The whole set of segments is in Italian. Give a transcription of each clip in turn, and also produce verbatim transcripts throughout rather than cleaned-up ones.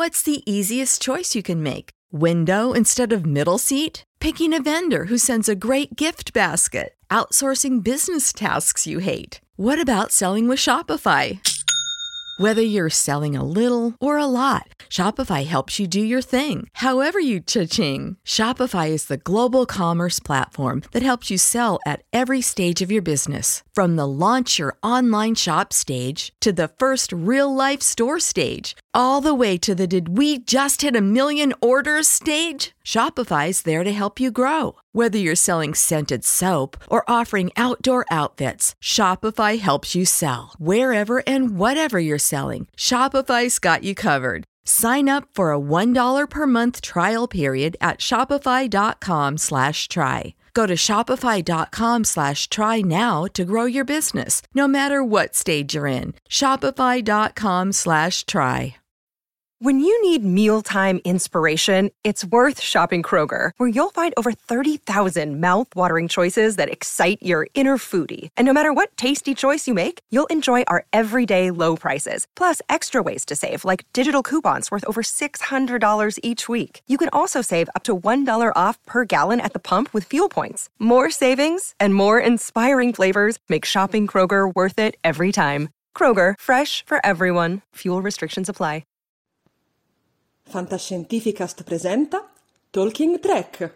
What's the easiest choice you can make? Window instead of middle seat? Picking a vendor who sends a great gift basket? Outsourcing business tasks you hate? What about selling with Shopify? Whether you're selling a little or a lot, Shopify helps you do your thing, however you cha-ching. Shopify is the global commerce platform that helps you sell at every stage of your business. From the launch your online shop stage to the first real-life store stage, all the way to the did we just hit a million orders stage. Shopify's there to help you grow. Whether you're selling scented soap or offering outdoor outfits, Shopify helps you sell. Wherever and whatever you're selling, Shopify's got you covered. Sign up for a one dollar per month trial period at shopify.com slash try. Go to shopify.com slash try now to grow your business, no matter what stage you're in. Shopify.com slash try. When you need mealtime inspiration, it's worth shopping Kroger, where you'll find over thirty thousand mouth-watering choices that excite your inner foodie. And no matter what tasty choice you make, you'll enjoy our everyday low prices, plus extra ways to save, like digital coupons worth over six hundred dollars each week. You can also save up to one dollar off per gallon at the pump with fuel points. More savings and more inspiring flavors make shopping Kroger worth it every time. Kroger, fresh for everyone. Fuel restrictions apply. Fantascientificast presenta Talking Trek.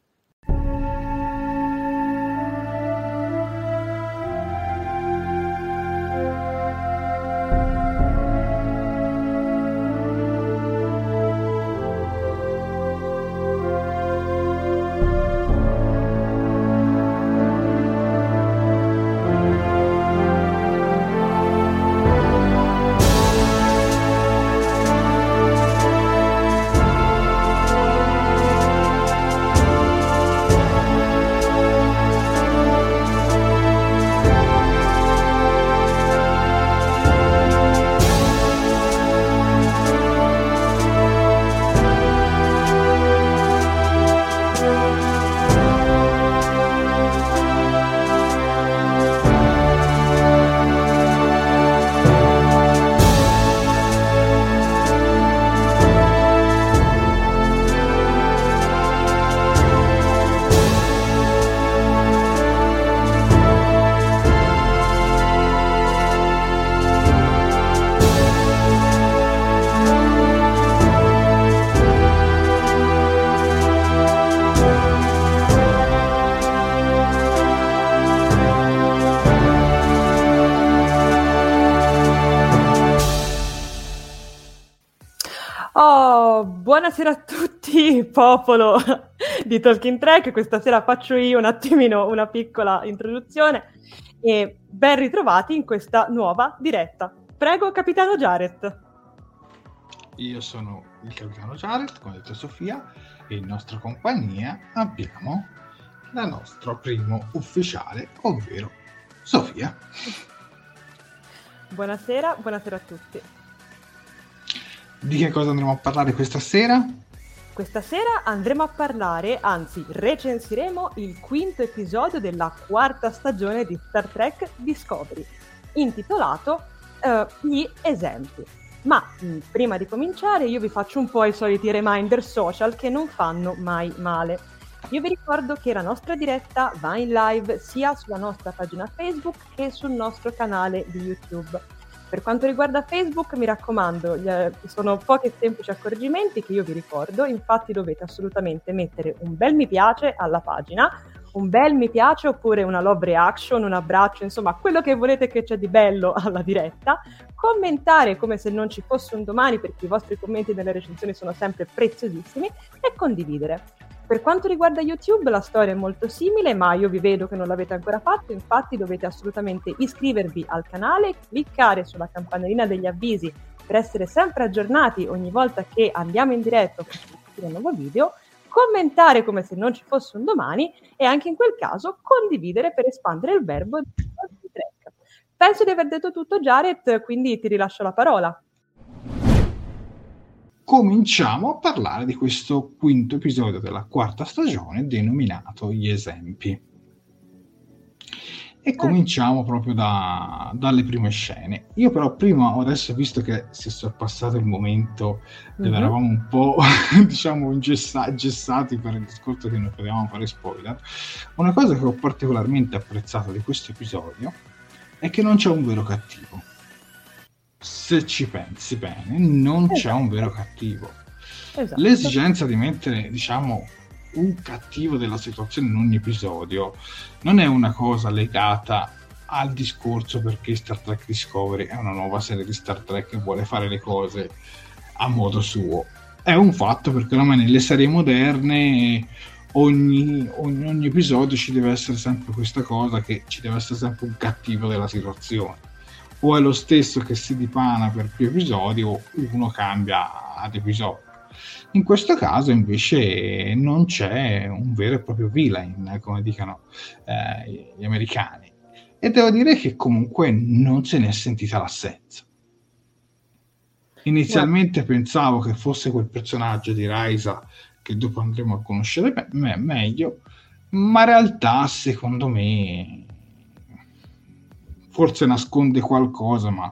Oh, buonasera a tutti, popolo di Talking Trek. Questa sera faccio io un attimino una piccola introduzione e ben ritrovati in questa nuova diretta. Prego, capitano Jared. Io sono il capitano Jared, come ha detto Sofia, e in nostra compagnia abbiamo la nostra primo ufficiale, ovvero Sofia. Buonasera, buonasera a tutti. Di che cosa andremo a parlare questa sera? Questa sera andremo a parlare, anzi recensiremo il quinto episodio della quarta stagione di Star Trek Discovery, intitolato uh, Gli esempi. Ma mh, prima di cominciare io vi faccio un po' i soliti reminder social che non fanno mai male. Io vi ricordo che la nostra diretta va in live sia sulla nostra pagina Facebook che sul nostro canale di YouTube. Per quanto riguarda Facebook, mi raccomando, ci sono pochi e semplici accorgimenti che io vi ricordo, infatti dovete assolutamente mettere un bel mi piace alla pagina, un bel mi piace oppure una love reaction, un abbraccio, insomma quello che volete che c'è di bello alla diretta, commentare come se non ci fosse un domani perché i vostri commenti nelle recensioni sono sempre preziosissimi e condividere. Per quanto riguarda YouTube la storia è molto simile, ma io vi vedo che non l'avete ancora fatto, infatti dovete assolutamente iscrivervi al canale, cliccare sulla campanellina degli avvisi per essere sempre aggiornati ogni volta che andiamo in diretta con un nuovo video, commentare come se non ci fosse un domani e anche in quel caso condividere per espandere il verbo di Trek. Penso di aver detto tutto, Jared, quindi ti rilascio la parola. Cominciamo a parlare di questo quinto episodio della quarta stagione denominato Gli esempi. E cominciamo proprio da, dalle prime scene. Io però prima, adesso visto che si è sorpassato il momento dove mm-hmm. eravamo un po' diciamo ingessa- ingessati per il discorso che non potevamo fare spoiler, una cosa che ho particolarmente apprezzato di questo episodio è che non c'è un vero cattivo. Se ci pensi bene, non esatto. c'è un vero cattivo. Esatto. L'esigenza di mettere, diciamo, un cattivo della situazione in ogni episodio non è una cosa legata al discorso perché Star Trek Discovery è una nuova serie di Star Trek che vuole fare le cose a modo suo. È un fatto perché ormai nelle serie moderne ogni, ogni, ogni episodio ci deve essere sempre questa cosa, che ci deve essere sempre un cattivo della situazione. O è lo stesso che si dipana per più episodi o uno cambia ad episodio. In questo caso invece non c'è un vero e proprio villain, come dicono eh, gli americani, e devo dire che comunque non se ne è sentita l'assenza. Inizialmente yeah. pensavo che fosse quel personaggio di Raisa che dopo andremo a conoscere me- meglio, ma in realtà secondo me forse nasconde qualcosa, ma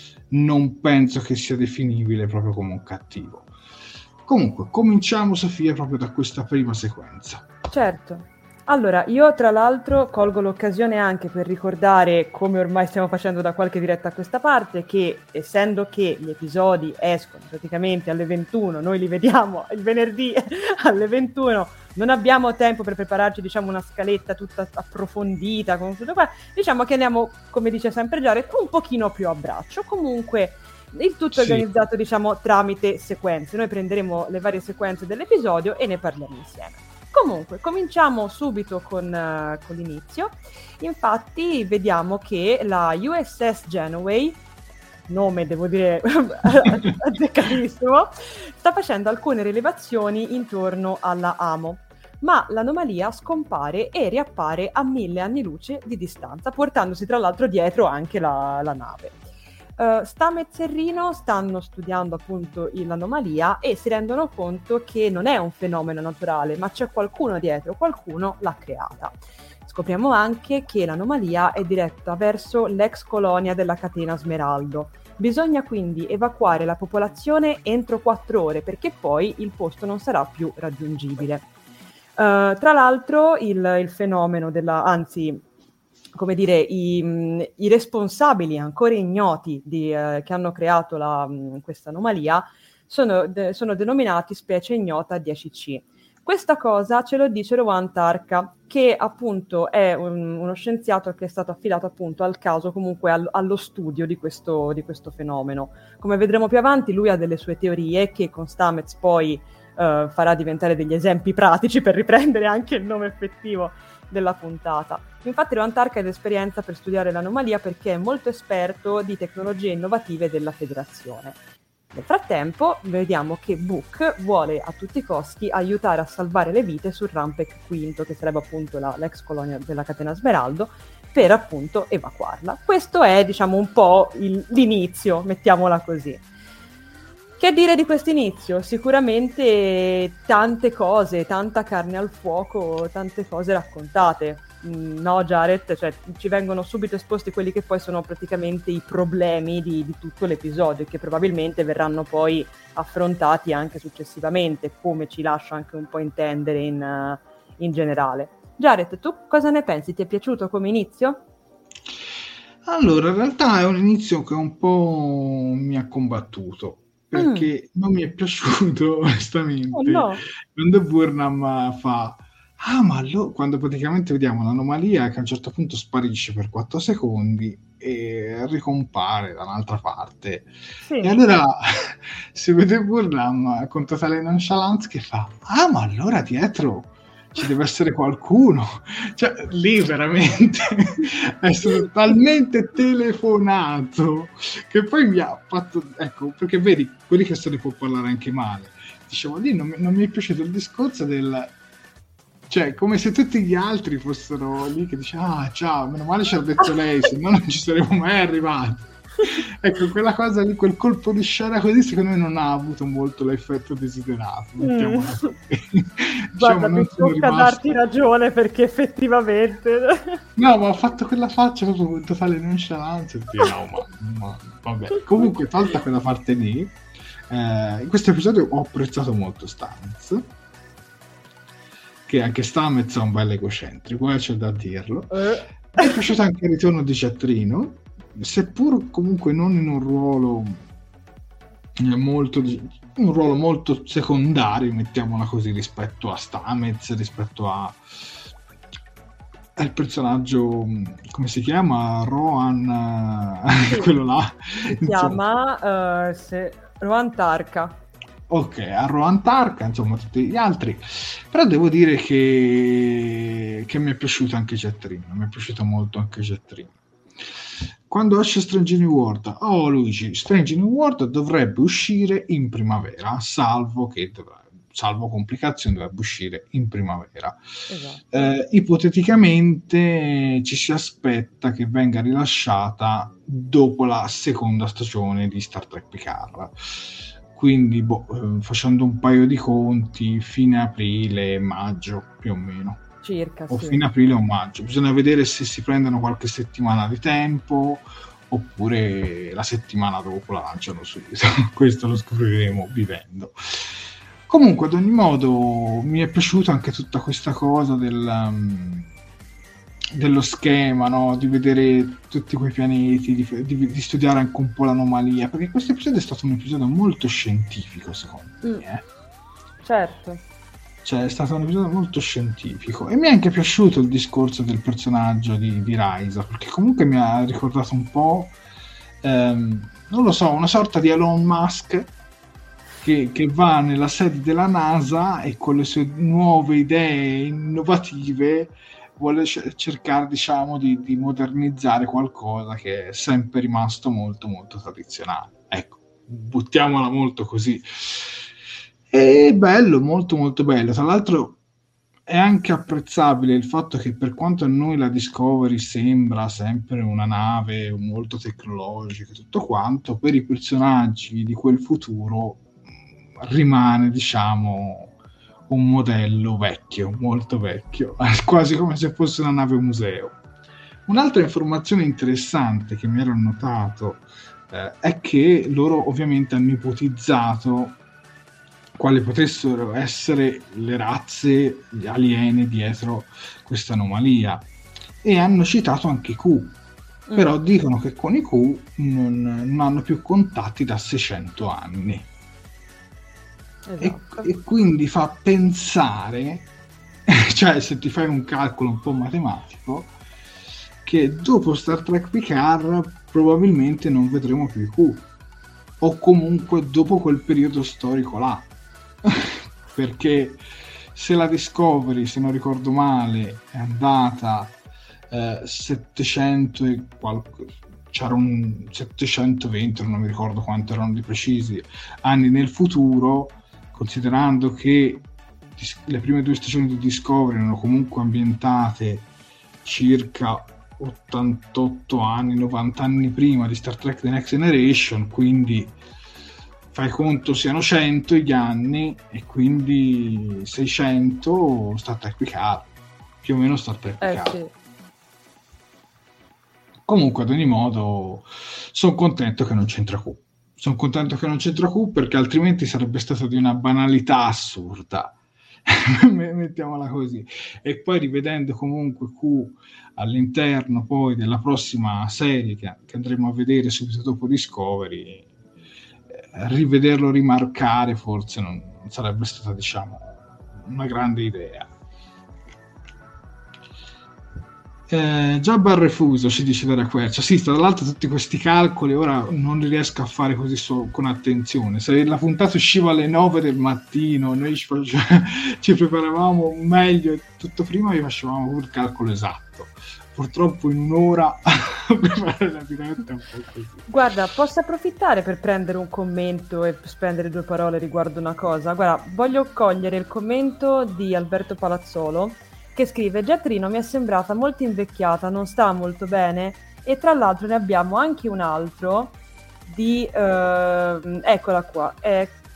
non penso che sia definibile proprio come un cattivo. Comunque, cominciamo, Sofia, proprio da questa prima sequenza. Certo. Allora, io tra l'altro colgo l'occasione anche per ricordare, come ormai stiamo facendo da qualche diretta a questa parte, che essendo che gli episodi escono praticamente alle ventuno, noi li vediamo il venerdì alle ventuno, non abbiamo tempo per prepararci, diciamo, una scaletta tutta approfondita, con tutto qua. Diciamo che andiamo, come dice sempre Jared, un pochino più a braccio. Comunque il tutto è sì. organizzato, diciamo, tramite sequenze. Noi prenderemo le varie sequenze dell'episodio e ne parliamo insieme. Comunque, cominciamo subito con, uh, con l'inizio. Infatti, vediamo che la U S S Genoway, nome devo dire azzeccatissimo, sta facendo alcune rilevazioni intorno alla Amo, ma l'anomalia scompare e riappare a mille anni luce di distanza, portandosi tra l'altro dietro anche la, la nave. Uh, Stamets e Rino stanno studiando appunto l'anomalia e si rendono conto che non è un fenomeno naturale, ma c'è qualcuno dietro, qualcuno l'ha creata. Scopriamo anche che l'anomalia è diretta verso l'ex colonia della catena Smeraldo. Bisogna quindi evacuare la popolazione entro quattro ore, perché poi il posto non sarà più raggiungibile. Uh, tra l'altro il, il fenomeno della, anzi, come dire, i, i responsabili ancora ignoti di, eh, che hanno creato la, questa anomalia sono, de, sono denominati specie ignota dieci C. Questa cosa ce lo dice Rowan Tarka, che appunto è un, uno scienziato che è stato affidato appunto al caso, comunque al, allo studio di questo, di questo fenomeno. Come vedremo più avanti, lui ha delle sue teorie che con Stamets poi uh, farà diventare degli esempi pratici per riprendere anche il nome effettivo della puntata. Infatti Rowan Tarka ha l'esperienza per studiare l'anomalia perché è molto esperto di tecnologie innovative della Federazione. Nel frattempo vediamo che Book vuole a tutti i costi aiutare a salvare le vite sul Rampec Quinto, che sarebbe appunto la, l'ex colonia della catena Smeraldo, per appunto evacuarla. Questo è, diciamo, un po' il, l'inizio, mettiamola così. Che dire di questo inizio? Sicuramente tante cose, tanta carne al fuoco, tante cose raccontate. No, Jared, cioè ci vengono subito esposti quelli che poi sono praticamente i problemi di, di tutto l'episodio, che probabilmente verranno poi affrontati anche successivamente, come ci lascia anche un po' intendere in, uh, in generale. Jared, tu cosa ne pensi? Ti è piaciuto come inizio? Allora, in realtà è un inizio che un po' mi ha combattuto, perché mm. non mi è piaciuto onestamente oh, no. quando Burnham fa ah ma allora, quando praticamente vediamo l'anomalia che a un certo punto sparisce per quattro secondi e ricompare da un'altra parte, sì. E allora si vede Burnham con totale nonchalance che fa ah ma allora dietro ci deve essere qualcuno, cioè lì veramente è stato talmente telefonato che poi mi ha fatto, ecco, perché vedi, quelli che se ne può parlare anche male, dicevo lì non, non mi è piaciuto il discorso del, cioè come se tutti gli altri fossero lì che dice ah ciao, meno male ci ha detto lei, se no non ci saremmo mai arrivati. Ecco, quella cosa lì, quel colpo di scena così secondo me non ha avuto molto l'effetto desiderato, mettiamola così. Guarda, diciamo, non mi sono tocca rimasto... darti ragione perché effettivamente... No, ma ho fatto quella faccia proprio con totale nonchalance. No, ma, ma vabbè. Comunque, tolta quella parte lì, eh, in questo episodio ho apprezzato molto Stamets, che anche Stamets è un bel egocentrico, eh, c'è da dirlo. Eh. Mi è piaciuto anche il ritorno di Cetrino, seppur comunque non in un ruolo molto un ruolo molto secondario, mettiamola così, rispetto a Stamets, rispetto a al personaggio, come si chiama? Rohan, sì, quello là si chiama uh, se... Rohan Tarka. Ok, a Rohan Tarka, insomma tutti gli altri, però devo dire che, che mi è piaciuto anche Cetrino, mi è piaciuto molto anche Cetrino. Quando esce Strange New World, oh Luigi, Strange New World dovrebbe uscire in primavera, salvo che dovrà, salvo complicazioni dovrebbe uscire in primavera. Esatto. Eh, ipoteticamente ci si aspetta che venga rilasciata dopo la seconda stagione di Star Trek Picard. Quindi boh, eh, facendo un paio di conti, fine aprile, maggio più o meno. Circa, o sì. fine aprile o maggio. Bisogna vedere se si prendono qualche settimana di tempo oppure la settimana dopo la lanciano subito. Questo lo scopriremo vivendo. Comunque, ad ogni modo, mi è piaciuta anche tutta questa cosa del, um, dello schema, no? Di vedere tutti quei pianeti, di, di, di studiare anche un po' l'anomalia, perché questo episodio è stato un episodio molto scientifico, secondo mm. me. Eh? Certo. Cioè, è stato un episodio molto scientifico e mi è anche piaciuto il discorso del personaggio di, di Raisa, perché comunque mi ha ricordato un po', ehm, non lo so, una sorta di Elon Musk che, che va nella sede della NASA e con le sue nuove idee innovative vuole c- cercare, diciamo, di, di modernizzare qualcosa che è sempre rimasto molto molto tradizionale. Ecco, buttiamola molto così. È bello, molto molto bello. Tra l'altro è anche apprezzabile il fatto che, per quanto a noi la Discovery sembra sempre una nave molto tecnologica e tutto quanto, per i personaggi di quel futuro rimane, diciamo, un modello vecchio, molto vecchio, quasi come se fosse una nave museo. Un'altra informazione interessante che mi ero notato eh, è che loro ovviamente hanno ipotizzato quali potessero essere le razze aliene dietro questa anomalia e hanno citato anche Q, mm. però dicono che con i Q non, non hanno più contatti da seicento anni. Esatto. E, e quindi fa pensare, cioè se ti fai un calcolo un po' matematico, che dopo Star Trek Picard probabilmente non vedremo più i Q, o comunque dopo quel periodo storico là. Perché se la Discovery, se non ricordo male, è andata eh, settecento e qualche, c'era un settecentoventi, non mi ricordo quanto erano di precisi, anni nel futuro, considerando che le prime due stagioni di Discovery erano comunque ambientate circa ottantotto anni, novanta anni prima di Star Trek The Next Generation, quindi fai conto siano cento gli anni e quindi seicento Star Trek Picard, più o meno Star Trek Picard. Eh, sì. Comunque, ad ogni modo, sono contento che non c'entra Q. Sono contento che non c'entra Q perché altrimenti sarebbe stato di una banalità assurda. Mettiamola così. E poi rivedendo comunque Q all'interno poi della prossima serie che, che andremo a vedere subito dopo Discovery, rivederlo rimarcare forse non, non sarebbe stata, diciamo, una grande idea. Eh, Jabba al refuso, ci dice Dara Quercia. Sì, tra l'altro tutti questi calcoli ora non li riesco a fare così so, con attenzione. Se la puntata usciva alle nove del mattino, noi ci, face- ci preparavamo meglio e tutto prima vi facevamo il calcolo esatto. Purtroppo in un'ora preparare la diretta è un po' così. Guarda, posso approfittare per prendere un commento e spendere due parole riguardo una cosa. Guarda, voglio cogliere il commento di Alberto Palazzolo che scrive: Cetrino mi è sembrata molto invecchiata, non sta molto bene, e tra l'altro ne abbiamo anche un altro di eh, eccola qua, è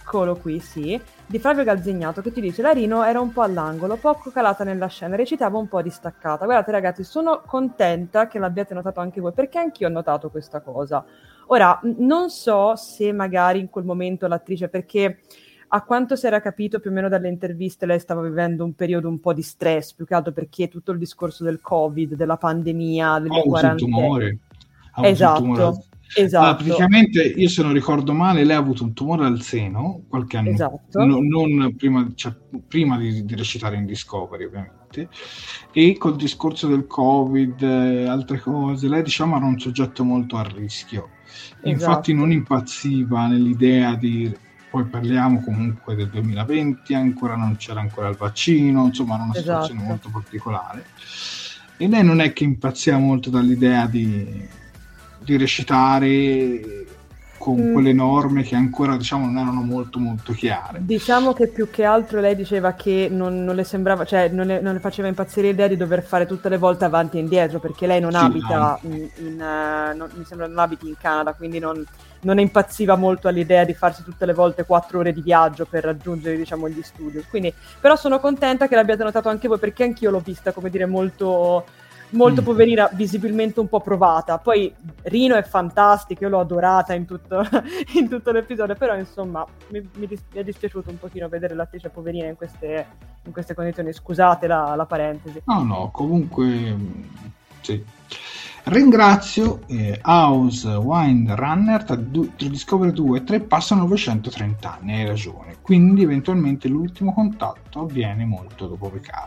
Eccolo qui, sì, di Flavio Galzignato, che ti dice: la Rino era un po' all'angolo, poco calata nella scena, recitava un po' distaccata. Guardate ragazzi, sono contenta che l'abbiate notato anche voi, perché anch'io ho notato questa cosa. Ora, n- non so se magari in quel momento l'attrice, perché a quanto si era capito più o meno dalle interviste, lei stava vivendo un periodo un po' di stress, più che altro perché tutto il discorso del Covid, della pandemia, delle Ha avuto il quarantene. tumore. Ha avuto Esatto, il tumore al... esatto. Allora, praticamente, io se non ricordo male, lei ha avuto un tumore al seno qualche anno, Esatto. no, non prima, cioè, prima di, di recitare in Discovery, ovviamente, e col discorso del Covid, eh, altre cose, lei diciamo era un soggetto molto a rischio. Infatti Esatto. non impazziva nell'idea di... Poi parliamo comunque del duemilaventi, ancora non c'era ancora il vaccino, insomma era una situazione Esatto. molto particolare. E lei non è che impazziva molto dall'idea di, di recitare con Mm. quelle norme che ancora diciamo non erano molto molto chiare. Diciamo che più che altro lei diceva che non, non le sembrava, cioè non le, non le faceva impazzire l'idea di dover fare tutte le volte avanti e indietro, perché lei non Sì, abita anche. in, in, eh, non- mi sembra non abiti in Canada, quindi non, non ne impazziva molto all'idea di farsi tutte le volte quattro ore di viaggio per raggiungere, diciamo, gli studios. Quindi, però sono contenta che l'abbiate notato anche voi, perché anch'io l'ho vista, come dire, molto molto Mm. poverina, visibilmente un po' provata. Poi Rino è fantastica, io l'ho adorata in tutto, in tutto l'episodio, però insomma mi, mi, dis- mi è dispiaciuto un pochino vedere l'attrice poverina in queste, in queste condizioni. Scusate la, la parentesi. No, no, comunque mh, sì. Ringrazio eh, House Wind Runner, tra, du- tra Discovery due e tre passano novecentotrenta anni, hai ragione, quindi eventualmente l'ultimo contatto avviene molto dopo Picard,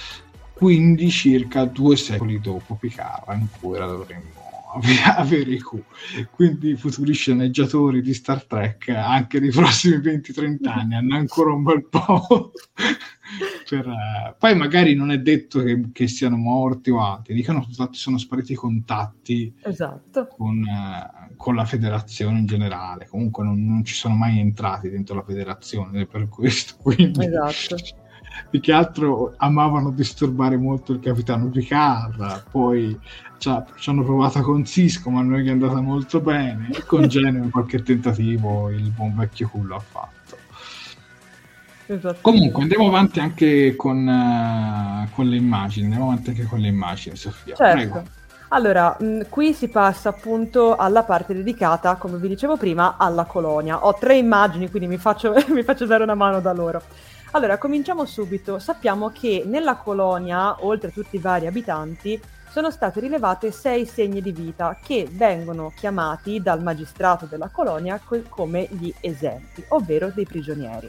quindi circa due secoli dopo Picard ancora dovremmo ave- avere i Q, quindi i futuri sceneggiatori di Star Trek anche nei prossimi venti trenta anni hanno ancora un bel po' per, eh, poi magari non è detto che, che siano morti o altri, dicono che sono spariti i contatti Esatto. con, eh, con la federazione in generale, comunque non, non ci sono mai entrati dentro la federazione per questo, quindi Esatto. più che altro amavano disturbare molto il capitano Picard, poi cioè, ci hanno provato con Cisco ma non è andata molto bene, e con Genio qualche tentativo il buon vecchio culo ha fatto. Esatto. Comunque andiamo avanti anche con, uh, con le immagini, andiamo avanti anche con le immagini, Sofia, Certo. prego. Allora, mh, qui si passa appunto alla parte dedicata, come vi dicevo prima, alla colonia. Ho tre immagini, quindi mi faccio, mi faccio dare una mano da loro. Allora, cominciamo subito. Sappiamo che nella colonia, oltre a tutti i vari abitanti, sono state rilevate sei segni di vita che vengono chiamati dal magistrato della colonia co- come gli esenti, ovvero dei prigionieri.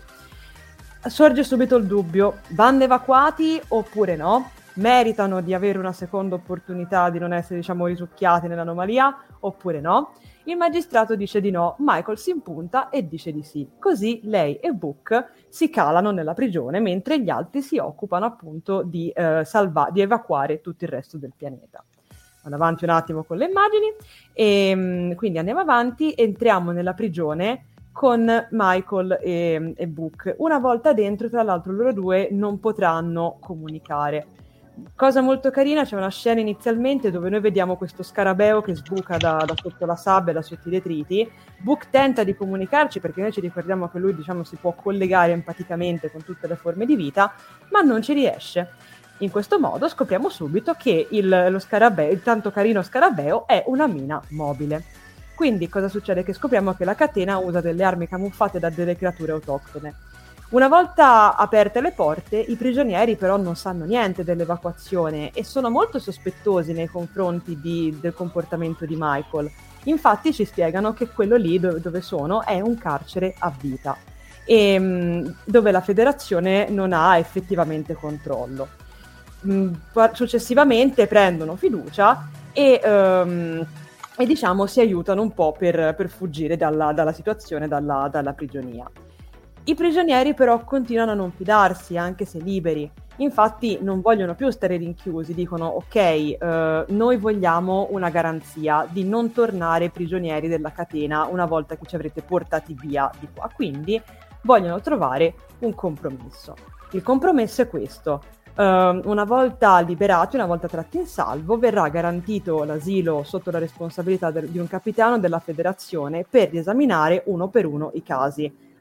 Sorge subito il dubbio: vanno evacuati oppure no? Meritano di avere una seconda opportunità, di non essere, diciamo, risucchiati nell'anomalia oppure no? Il magistrato dice di no, Michael si impunta e dice di sì. Così lei e Book si calano nella prigione, mentre gli altri si occupano appunto di, eh, salva- di evacuare tutto il resto del pianeta. Vado avanti un attimo con le immagini, e mh, quindi andiamo avanti, entriamo nella prigione con Michael e, e Book. Una volta dentro, tra l'altro, loro due non potranno comunicare. Cosa molto carina, c'è una scena inizialmente dove noi vediamo questo scarabeo che sbuca da, da sotto la sabbia, da sotto i detriti. Book tenta di comunicarci, perché noi ci ricordiamo che lui, diciamo, si può collegare empaticamente con tutte le forme di vita, ma non ci riesce. In questo modo scopriamo subito che il, lo scarabeo, il tanto carino scarabeo, è una mina mobile. Quindi cosa succede? Che scopriamo che la catena usa delle armi camuffate da delle creature autoctone. Una volta aperte le porte, i prigionieri però non sanno niente dell'evacuazione e sono molto sospettosi nei confronti di, del comportamento di Michael. Infatti ci spiegano che quello lì dove, dove sono è un carcere a vita, e, mh, dove la federazione non ha effettivamente controllo. Mh, successivamente prendono fiducia e... Um, e diciamo si aiutano un po' per, per fuggire dalla, dalla situazione, dalla, dalla prigionia. I prigionieri però continuano a non fidarsi, anche se liberi. Infatti non vogliono più stare rinchiusi, dicono ok, eh, noi vogliamo una garanzia di non tornare prigionieri della catena una volta che ci avrete portati via di qua, quindi vogliono trovare un compromesso. Il compromesso è questo: Uh, una volta liberati, una volta tratti in salvo, verrà garantito l'asilo sotto la responsabilità de- di un capitano della federazione per riesaminare uno per uno i casi,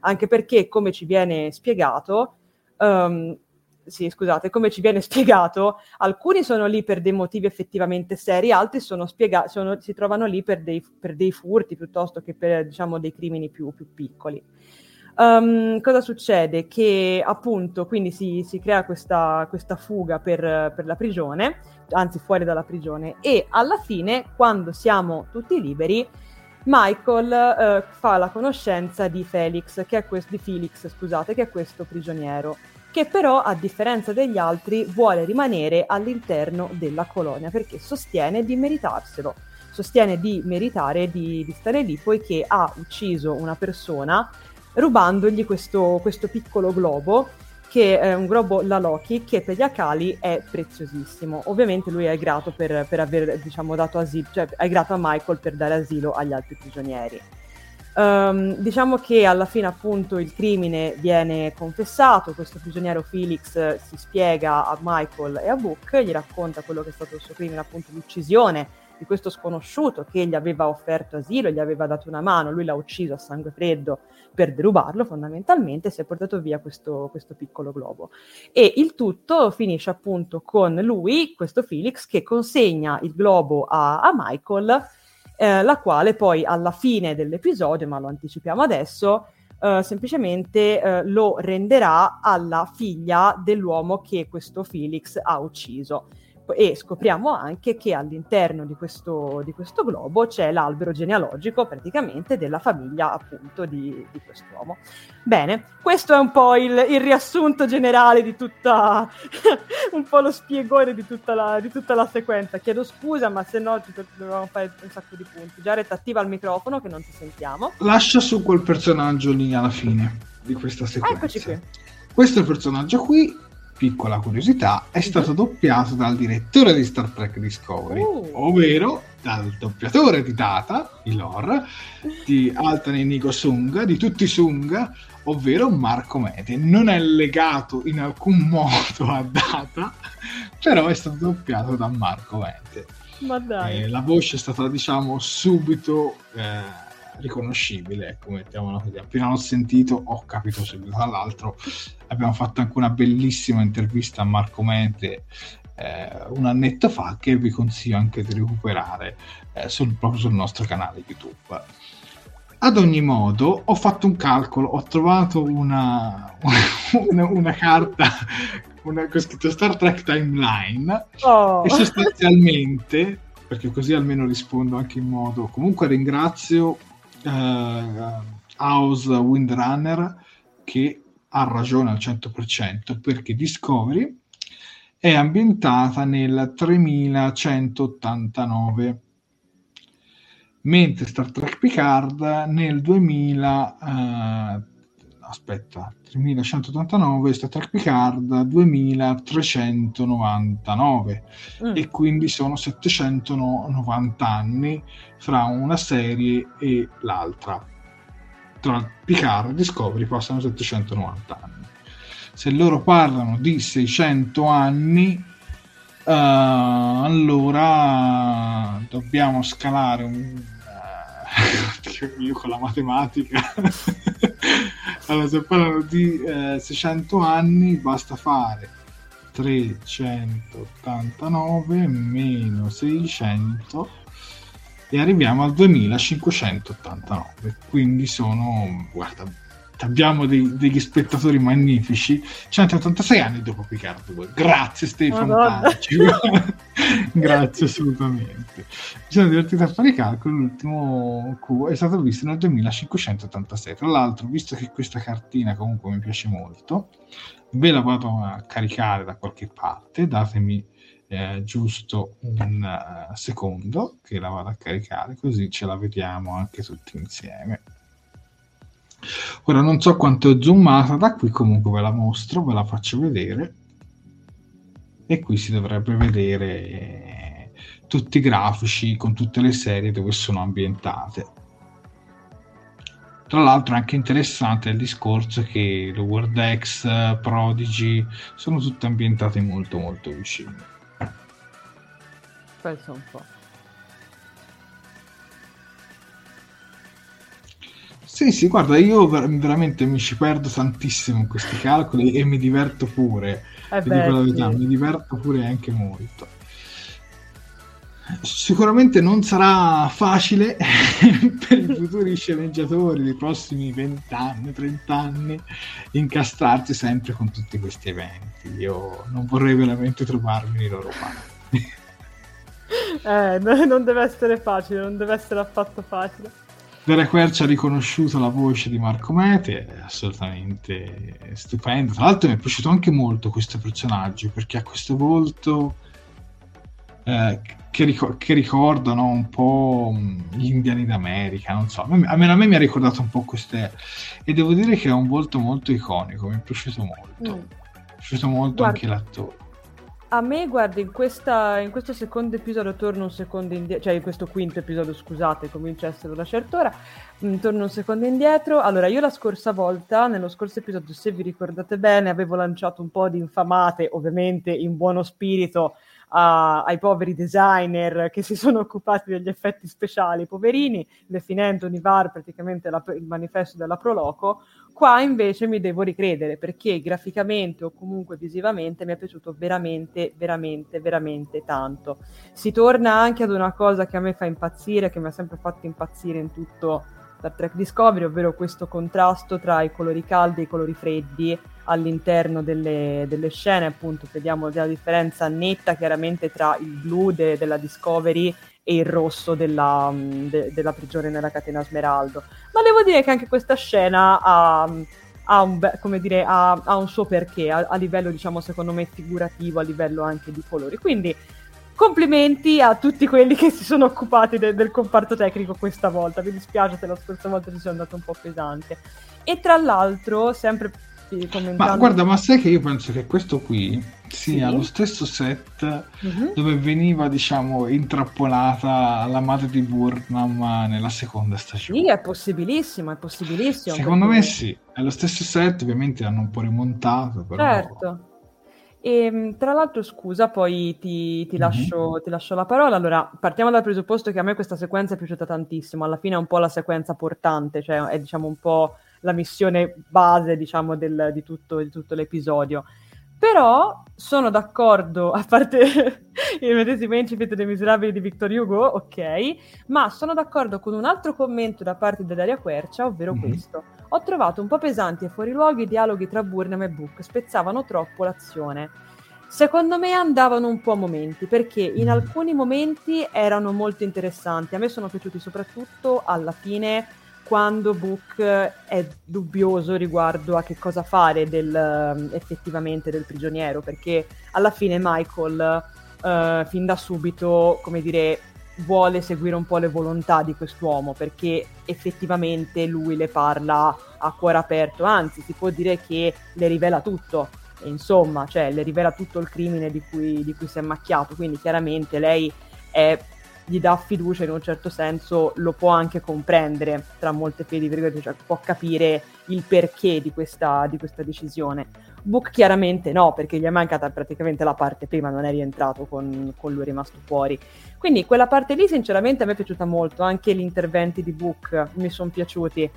anche perché, come ci viene spiegato, um, sì, scusate, come ci viene spiegato, alcuni sono lì per dei motivi effettivamente seri, altri sono spiega- sono, si trovano lì per dei, per dei furti piuttosto che per, diciamo, dei crimini più, più piccoli. Um, cosa succede? Che appunto quindi si, si crea questa, questa fuga per, per la prigione, anzi fuori dalla prigione, e alla fine, quando siamo tutti liberi, Michael uh, fa la conoscenza di Felix, che è questo, di Felix, scusate, che è questo prigioniero, che però, a differenza degli altri, vuole rimanere all'interno della colonia perché sostiene di meritarselo, sostiene di meritare di, di stare lì poiché ha ucciso una persona rubandogli questo, questo piccolo globo, che è un globo la Loki, che per gli Akali è preziosissimo. Ovviamente lui è grato per, per aver, diciamo, dato asilo, cioè è grato a Michael per dare asilo agli altri prigionieri. Um, diciamo che alla fine appunto il crimine viene confessato, questo prigioniero Felix si spiega a Michael e a Book, gli racconta quello che è stato il suo crimine, appunto l'uccisione di questo sconosciuto che gli aveva offerto asilo, gli aveva dato una mano, lui l'ha ucciso a sangue freddo per derubarlo fondamentalmente, e si è portato via questo, questo piccolo globo. E il tutto finisce appunto con lui, questo Felix, che consegna il globo a, a Michael, eh, la quale poi alla fine dell'episodio, ma lo anticipiamo adesso, eh, semplicemente eh, lo renderà alla figlia dell'uomo che questo Felix ha ucciso. E scopriamo anche che all'interno di questo, di questo globo c'è l'albero genealogico praticamente della famiglia appunto di, di quest'uomo. Bene, questo è un po' il, il riassunto generale di tutta, un po' lo spiegone di tutta la, di tutta la sequenza. Chiedo scusa, ma se no ci dobbiamo fare un sacco di punti. Jared, attiva il microfono che non ti sentiamo. Lascia su quel personaggio lì alla fine di questa sequenza. Eccoci qui. Questo personaggio qui, piccola curiosità, è stato uh-huh. doppiato dal direttore di Star Trek Discovery, uh. ovvero dal doppiatore di Data, i lore, di Altan Inigo Sung, di tutti i Sung, ovvero Marco Mete. Non è legato in alcun modo a Data, però è stato doppiato da Marco Mete. Ma dai. Eh, la voce è stata, diciamo, subito eh, riconoscibile, ecco, mettiamola così. Appena l'ho sentito ho capito subito. Tra l'altro abbiamo fatto anche una bellissima intervista a Marco Mente eh, un annetto fa, che vi consiglio anche di recuperare eh, sul, proprio sul nostro canale YouTube. Ad ogni modo, ho fatto un calcolo, ho trovato una una, una carta una, con scritto Star Trek Timeline oh. e sostanzialmente, perché così almeno rispondo anche in modo, comunque ringrazio Uh, House Windrunner che ha ragione al cento per cento, perché Discovery è ambientata nel tremilacentottantanove, mentre Star Trek Picard nel duemila uh, aspetta tremilacentottantanove, Star Trek Picard duemilatrecentonovantanove mm. e quindi sono settecentonovanta anni fra una serie e l'altra. Tra Picard e Discovery passano settecentonovanta anni. Se loro parlano di seicento anni, uh, allora dobbiamo scalare un uh, io con la matematica allora, se parlano di eh, seicento anni basta fare trecentottantanove meno seicento e arriviamo al duemilacinquecentottantanove, quindi sono, guarda, abbiamo dei, degli spettatori magnifici, centottantasei anni dopo Picard due. Grazie Stefano, grazie assolutamente. Mi sono divertito a fare i calcoli. L'ultimo Q è stato visto nel duemilacinquecentottantasei. Tra l'altro, visto che questa cartina comunque mi piace molto, ve la vado a caricare da qualche parte, datemi eh, giusto un uh, secondo che la vado a caricare, così ce la vediamo anche tutti insieme. Ora non so quanto è zoomata da qui, comunque ve la mostro, ve la faccio vedere, e qui si dovrebbe vedere tutti i grafici con tutte le serie dove sono ambientate. Tra l'altro è anche interessante il discorso che Lower Decks, Prodigy sono tutte ambientate molto molto vicine. Penso un po'. Sì, sì, guarda, io ver- veramente mi ci perdo tantissimo in questi calcoli e mi diverto pure, Eh ti dico beh, la verità, sì. mi diverto pure anche molto. Sicuramente non sarà facile per i futuri sceneggiatori dei prossimi vent'anni, trent'anni incastrarsi sempre con tutti questi eventi. Io non vorrei veramente trovarmi nei loro panni. Eh, no- non deve essere facile, non deve essere affatto facile. Vera Quercia ha riconosciuto la voce di Marco Mete, è assolutamente stupendo. Tra l'altro mi è piaciuto anche molto questo personaggio perché ha questo volto eh, che, ricor- che ricordano un po' mh, gli indiani d'America, non so, a me, almeno a me mi ha ricordato un po' queste, e devo dire che è un volto molto iconico, mi è piaciuto molto, Mm. mi è piaciuto molto Guarda, anche l'attore. a me, guardi, in, questa, in questo secondo episodio torno un secondo indietro, cioè in questo quinto episodio, scusate, comincia a essere una certa ora, mm, torno un secondo indietro. Allora, io la scorsa volta, nello scorso episodio, se vi ricordate bene, avevo lanciato un po' di infamate, ovviamente in buono spirito, a- ai poveri designer che si sono occupati degli effetti speciali, poverini, definendo Nivar praticamente la- il manifesto della Proloco. Qua invece mi devo ricredere perché graficamente o comunque visivamente mi è piaciuto veramente, veramente, veramente tanto. Si torna anche ad una cosa che a me fa impazzire, che mi ha sempre fatto impazzire in tutto Star Trek Discovery, ovvero questo contrasto tra i colori caldi e i colori freddi all'interno delle, delle scene. Appunto vediamo la differenza netta chiaramente tra il blu de- della Discovery e il rosso della, de- della prigione nella catena Smeraldo. Ma devo dire che anche questa scena ha, ha, un, be- come dire, ha, ha un suo perché, a, a livello, diciamo, secondo me figurativo, a livello anche di colori. Quindi complimenti a tutti quelli che si sono occupati de- del comparto tecnico questa volta. Mi dispiace se la scorsa volta ci sono andato un po' pesante. E tra l'altro, sempre commentando... Ma guarda, ma sai che io penso che questo qui sia Sì. lo stesso set Mhm. dove veniva, diciamo, intrappolata la madre di Burnham nella seconda stagione. Sì, è possibilissimo, è possibilissimo. Secondo perché- me sì, è lo stesso set, ovviamente hanno un po' rimontato, però... Certo. E, tra l'altro, scusa, poi ti, ti Mhm. lascio, ti lascio la parola. Allora, partiamo dal presupposto che a me questa sequenza è piaciuta tantissimo. Alla fine è un po' la sequenza portante, cioè è, diciamo, un po' la missione base, diciamo, del- di tutto, di tutto l'episodio. Però sono d'accordo, a parte il medesimo incipit dei Miserabili di Victor Hugo, ok, ma sono d'accordo con un altro commento da parte di Daria Quercia, ovvero Mhm. questo. Ho trovato un po' pesanti e fuori luogo i dialoghi tra Burnham e Book, spezzavano troppo l'azione. Secondo me andavano un po' a momenti, perché in Mm. alcuni momenti erano molto interessanti. A me sono piaciuti soprattutto alla fine, quando Book è dubbioso riguardo a che cosa fare del, effettivamente del prigioniero, perché alla fine Michael eh, fin da subito, come dire, vuole seguire un po' le volontà di quest'uomo, perché effettivamente lui le parla a cuore aperto, anzi si può dire che le rivela tutto, e insomma, cioè le rivela tutto il crimine di cui, di cui si è macchiato, quindi chiaramente lei è, gli dà fiducia in un certo senso, lo può anche comprendere, tra molte fedi, cioè può capire il perché di questa, di questa decisione. Book chiaramente no, perché gli è mancata praticamente la parte prima, non è rientrato con, con lui, è rimasto fuori. Quindi quella parte lì sinceramente a me è piaciuta molto, anche gli interventi di Book mi sono piaciuti.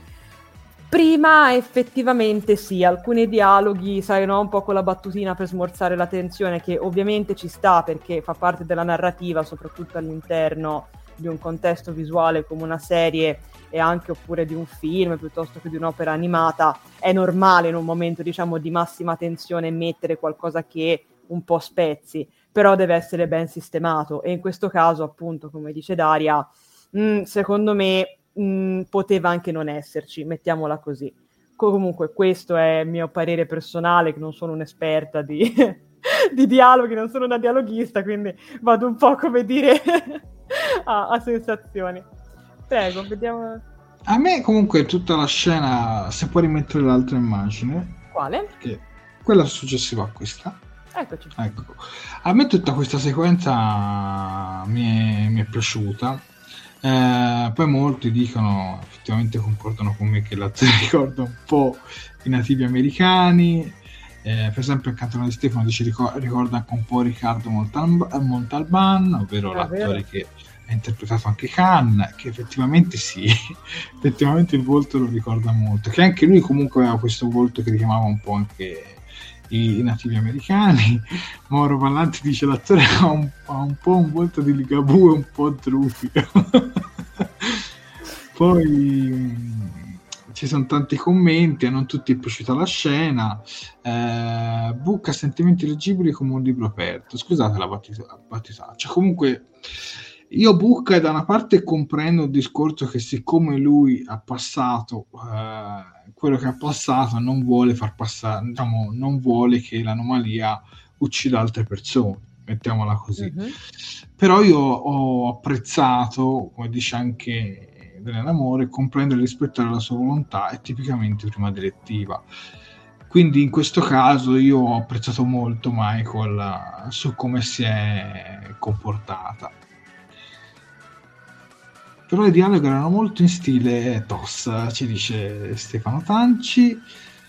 Prima effettivamente sì, alcuni dialoghi, sai, no, un po' con la battutina per smorzare la tensione, che ovviamente ci sta perché fa parte della narrativa, soprattutto all'interno di un contesto visuale come una serie e anche oppure di un film piuttosto che di un'opera animata. È normale in un momento, diciamo, di massima tensione mettere qualcosa che un po' spezzi, però deve essere ben sistemato, e in questo caso, appunto, come dice Daria, mh, secondo me mh, poteva anche non esserci, mettiamola così. Comunque questo è il mio parere personale, che non sono un'esperta di, di dialoghi, non sono una dialoghista, quindi vado un po', come dire, a, a sensazioni. Prego, vediamo. A me comunque tutta la scena, se puoi rimettere l'altra immagine, Quale? che quella successiva a questa, Eccoci. ecco, a me tutta questa sequenza mi è, mi è piaciuta. Eh, poi molti dicono, effettivamente concordano con me, che la ricorda un po' i nativi americani. Eh, per esempio il cantone di Stefano dice ricor- ricorda anche un po' Riccardo Montal- Montalban, ovvero È l'attore vero. che ha interpretato anche Khan, che effettivamente sì, effettivamente il volto lo ricorda molto, che anche lui comunque aveva questo volto che richiamava un po' anche i, i nativi americani. Mauro Vallanti dice l'attore ha un, ha un po' un volto di Ligabue, un po' trufido. Poi ci sono tanti commenti, a non tutti è piaciuta la scena. eh, Book ha sentimenti leggibili come un libro aperto. Scusate la battutaccia. Comunque io Book da una parte comprendo il discorso che siccome lui ha passato eh, quello che ha passato, non vuole far passare, diciamo, non vuole che l'anomalia uccida altre persone, mettiamola così. Mm-hmm. Però io ho apprezzato, come dice anche dell'amore, comprendere e rispettare la sua volontà è tipicamente prima direttiva. Quindi in questo caso io ho apprezzato molto Michael su come si è comportata. Però i dialoghi erano molto in stile T O S, ci dice Stefano Tanci.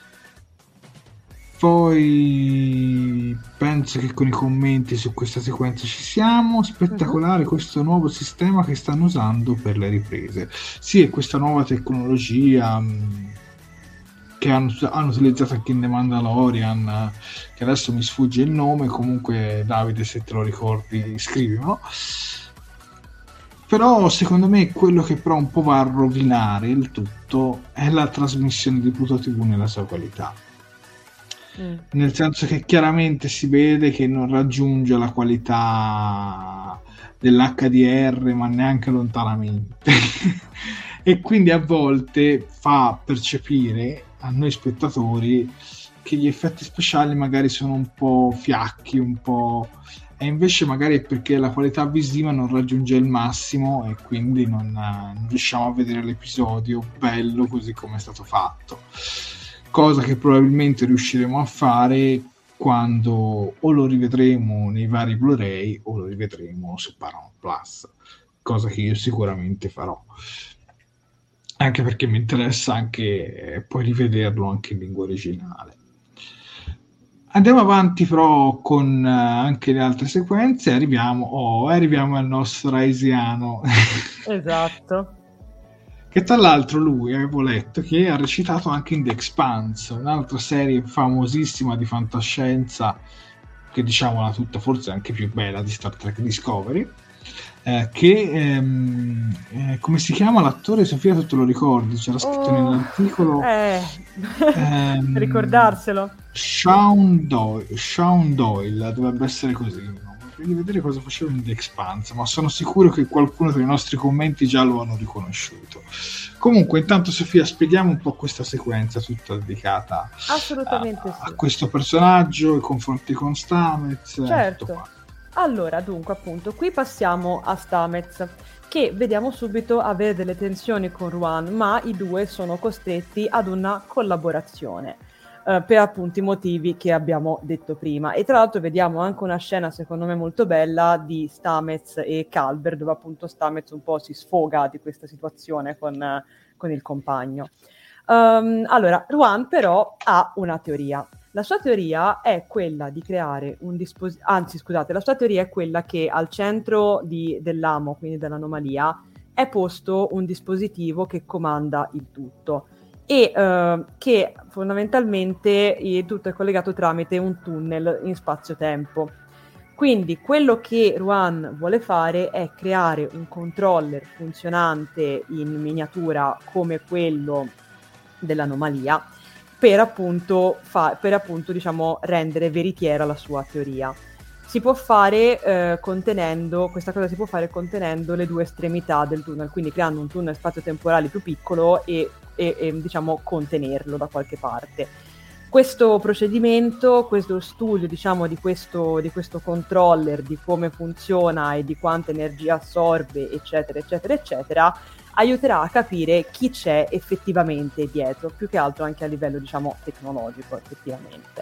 Poi penso che con i commenti su questa sequenza ci siamo. Spettacolare uh-huh. questo nuovo sistema che stanno usando per le riprese. Sì, è questa nuova tecnologia mh, che hanno, hanno utilizzato anche in The Mandalorian, che adesso mi sfugge il nome. Comunque Davide, se te lo ricordi scrivimelo. Però secondo me quello che però un po' va a rovinare il tutto è la trasmissione di Pluto tivù nella sua qualità. Mm. Nel senso che chiaramente si vede che non raggiunge la qualità dell'H D R, ma neanche lontanamente. E quindi a volte fa percepire a noi spettatori che gli effetti speciali magari sono un po' fiacchi, un po', e invece magari è perché la qualità visiva non raggiunge il massimo e quindi non, non riusciamo a vedere l'episodio bello così come è stato fatto. Cosa che probabilmente riusciremo a fare quando o lo rivedremo nei vari Blu-ray o lo rivedremo su Paramount Plus, cosa che io sicuramente farò, anche perché mi interessa anche eh, poi rivederlo anche in lingua originale. Andiamo avanti però con uh, anche le altre sequenze. Arriviamo, oh, arriviamo al nostro Raisiano. Esatto. Che tra l'altro lui, avevo letto, che ha recitato anche in The Expanse, un'altra serie famosissima di fantascienza, che diciamola tutta, forse anche più bella di Star Trek Discovery, eh, che ehm, eh, come si chiama l'attore? Sofia, tu te lo ricordi? C'era scritto oh, nell'articolo eh. ehm, ricordarselo. Sean Doyle, Sean Doyle dovrebbe essere così, no? Voglio vedere cosa faceva in The Expanse, ma sono sicuro che qualcuno tra i nostri commenti già lo hanno riconosciuto. Comunque intanto Sofia, spieghiamo un po' questa sequenza tutta dedicata assolutamente a, sì. a questo personaggio, i confronti con Stamets. Certo. Allora, dunque, appunto, qui passiamo a Stamets, che vediamo subito avere delle tensioni con Ruan, ma i due sono costretti ad una collaborazione. Uh, per appunto i motivi che abbiamo detto prima. E tra l'altro vediamo anche una scena secondo me molto bella di Stamets e Culber, dove appunto Stamets un po' si sfoga di questa situazione con, uh, con il compagno. Um, allora, Ruan però ha una teoria. La sua teoria è quella di creare un dispositivo, anzi scusate, la sua teoria è quella che al centro di, dell'amo, quindi dell'anomalia, è posto un dispositivo che comanda il tutto. E uh, che fondamentalmente il tutto è collegato tramite un tunnel in spazio-tempo. Quindi quello che Ruan vuole fare è creare un controller funzionante in miniatura come quello dell'anomalia per appunto, fa- per appunto diciamo, rendere veritiera la sua teoria. Si può fare eh, contenendo, questa cosa si può fare contenendo le due estremità del tunnel, quindi creando un tunnel spazio-temporale più piccolo e E, e diciamo contenerlo da qualche parte. Questo procedimento, questo studio diciamo di questo, di questo controller, di come funziona e di quanta energia assorbe, eccetera, eccetera, eccetera, aiuterà a capire chi c'è effettivamente dietro, più che altro anche a livello diciamo tecnologico effettivamente.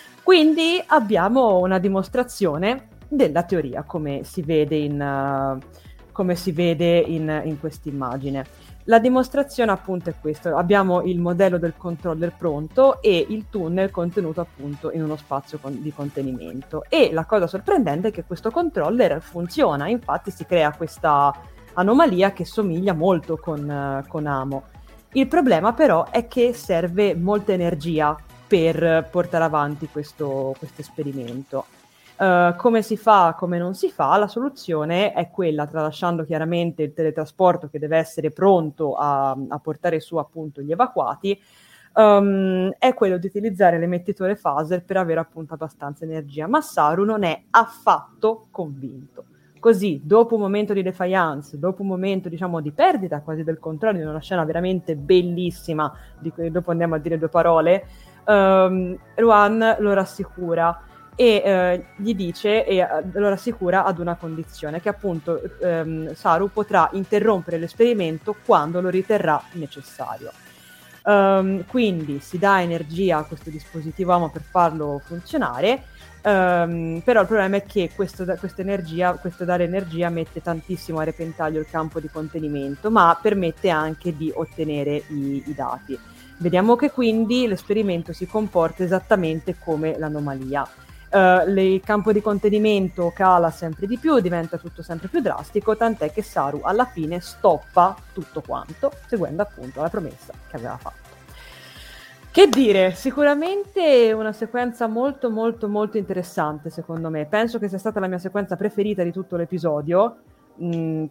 Quindi abbiamo una dimostrazione della teoria, come si vede in, uh, come si vede in, in quest'immagine. La dimostrazione appunto è questo, abbiamo il modello del controller pronto e il tunnel contenuto appunto in uno spazio con- di contenimento, e la cosa sorprendente è che questo controller funziona, infatti si crea questa anomalia che somiglia molto con, uh, con Amo. Il problema però è che serve molta energia per portare avanti questo esperimento. Uh, come si fa, come non si fa? La soluzione è quella, tralasciando chiaramente il teletrasporto che deve essere pronto a, a portare su appunto gli evacuati, um, è quello di utilizzare l'emettitore phaser per avere appunto abbastanza energia. Ma Saru non è affatto convinto. Così, dopo un momento di defiance, dopo un momento diciamo di perdita quasi del controllo, in una scena veramente bellissima, di cui dopo andiamo a dire due parole, um, Ruan lo rassicura e eh, gli dice e eh, lo rassicura ad una condizione, che appunto ehm, Saru potrà interrompere l'esperimento quando lo riterrà necessario. Um, quindi si dà energia a questo dispositivo Amo per farlo funzionare, um, però il problema è che questo, questa energia, questo dare energia mette tantissimo a repentaglio il campo di contenimento, ma permette anche di ottenere i, i dati. Vediamo che quindi l'esperimento si comporta esattamente come l'anomalia. Uh, le, il campo di contenimento cala sempre di più, diventa tutto sempre più drastico, tant'è che Saru alla fine stoppa tutto quanto, seguendo appunto la promessa che aveva fatto. Che dire, sicuramente una sequenza molto molto molto interessante, secondo me. Penso che sia stata la mia sequenza preferita di tutto l'episodio, mh,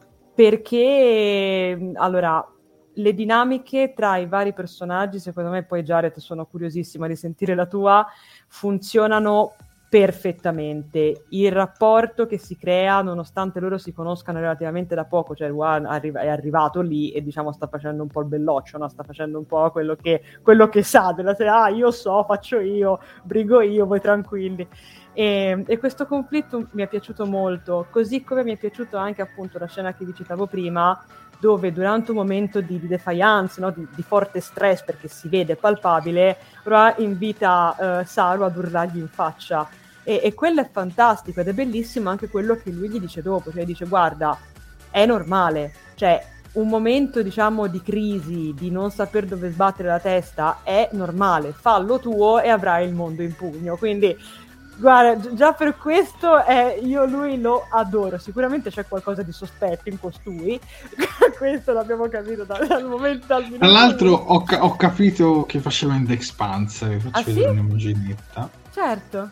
perché allora le dinamiche tra i vari personaggi, secondo me, poi Jared, sono curiosissima di sentire la tua, funzionano perfettamente. Il rapporto che si crea, nonostante loro si conoscano relativamente da poco, cioè Ruan arri- è arrivato lì e diciamo sta facendo un po' il belloccio, no? Sta facendo un po' quello che, quello che sa della serie, ah io so, faccio io, brigo io, voi tranquilli. E, e questo conflitto mi è piaciuto molto, così come mi è piaciuto anche appunto la scena che vi citavo prima, dove durante un momento di, di defiance, no? di, di forte stress, perché si vede palpabile, Ra invita uh, Saru ad urlargli in faccia, e, e quello è fantastico, ed è bellissimo anche quello che lui gli dice dopo, cioè dice guarda, è normale, cioè un momento diciamo di crisi, di non saper dove sbattere la testa, è normale, fallo tuo e avrai il mondo in pugno, quindi guarda, già per questo è, io lui lo adoro. Sicuramente c'è qualcosa di sospetto in costui, questo l'abbiamo capito dal, dal momento al minuto. Tra l'altro ho, ca- ho capito che faceva in The Expanse, vi faccio ah, vedere sì? un'immaginetta. Certo.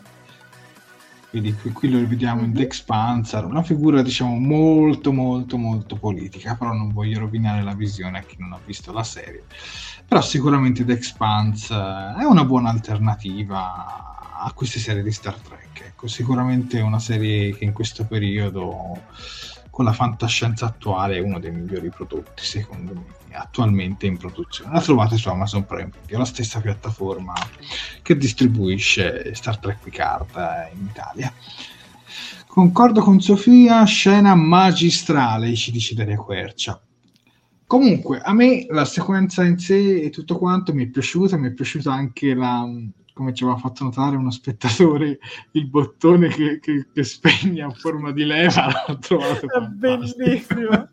Quindi qui, qui lo vediamo Mm-hmm. in The Expanse, una figura diciamo molto molto molto politica, però non voglio rovinare la visione a chi non ha visto la serie. Però sicuramente The Expanse è una buona alternativa a queste serie di Star Trek, ecco, sicuramente è una serie che in questo periodo con la fantascienza attuale è uno dei migliori prodotti secondo me attualmente in produzione. La trovate su Amazon Prime Video, la stessa piattaforma che distribuisce Star Trek Picard in Italia. Concordo con Sofia, scena magistrale, ci dice Daria Quercia. Comunque a me la sequenza in sé e tutto quanto mi è piaciuta, mi è piaciuta anche la, come ci aveva fatto notare uno spettatore, il bottone che, che, che spegne a forma di leva, l'ho trovato è bellissimo.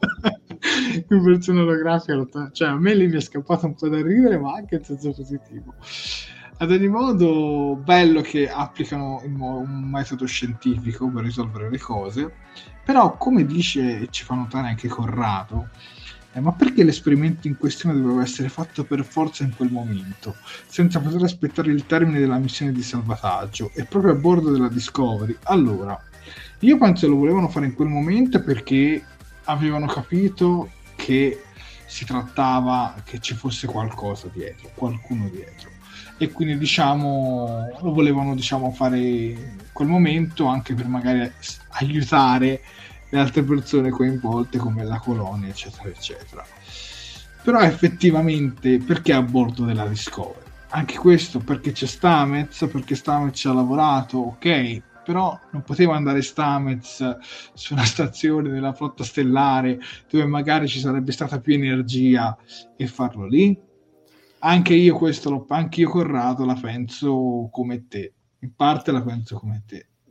in versione olografica, cioè a me lì mi è scappato un po' da ridere, ma anche in senso positivo. Ad ogni modo, bello che applicano un metodo scientifico per risolvere le cose, però come dice e ci fa notare anche Corrado, Eh, ma perché l'esperimento in questione doveva essere fatto per forza in quel momento, senza poter aspettare il termine della missione di salvataggio e proprio a bordo della Discovery? Allora, io penso lo volevano fare in quel momento perché avevano capito che si trattava che ci fosse qualcosa dietro, qualcuno dietro, e quindi diciamo lo volevano diciamo fare in quel momento anche per magari aiutare le altre persone coinvolte come la colonia eccetera eccetera. Però effettivamente perché a bordo della Discovery? Anche questo perché c'è Stamets, perché Stamets ci ha lavorato, ok, però non poteva andare Stamets su una stazione della flotta stellare dove magari ci sarebbe stata più energia e farlo lì? Anche io questo lo, anche io Corrado la penso come te, in parte la penso come te.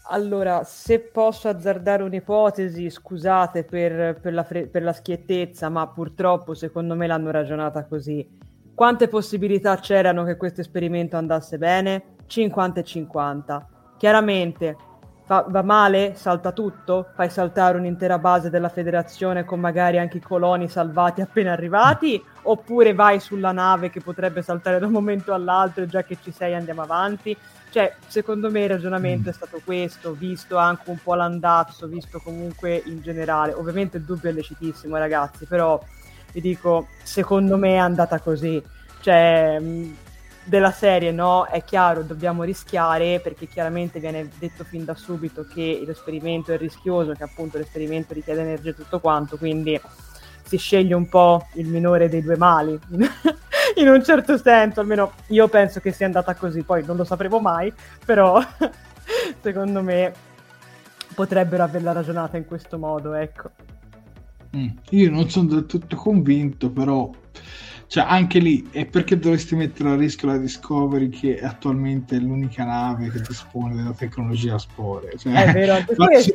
Allora, se posso azzardare un'ipotesi, scusate per, per la fre- per la schiettezza, ma purtroppo secondo me l'hanno ragionata così. Quante possibilità c'erano che questo esperimento andasse bene? cinquanta e cinquanta. Chiaramente, fa- va male? Salta tutto? Fai saltare un'intera base della federazione con magari anche i coloni salvati appena arrivati? Oppure vai sulla nave che potrebbe saltare da un momento all'altro e già che ci sei andiamo avanti? Cioè, secondo me il ragionamento mm. è stato questo, visto anche un po' l'andazzo, visto comunque in generale. Ovviamente il dubbio è lecitissimo, ragazzi, però vi dico, secondo me è andata così. Cioè, mh, della serie, no, è chiaro, dobbiamo rischiare, perché chiaramente viene detto fin da subito che l'esperimento è rischioso, che appunto l'esperimento richiede energia e tutto quanto, quindi si sceglie un po' il minore dei due mali. In un certo senso, almeno io penso che sia andata così, poi non lo sapremo mai, però secondo me potrebbero averla ragionata in questo modo, ecco. Mm, io non sono del tutto convinto, però cioè anche lì è perché dovresti mettere a rischio la Discovery, che attualmente è l'unica nave che dispone della tecnologia a spore. Cioè, è vero anche questo.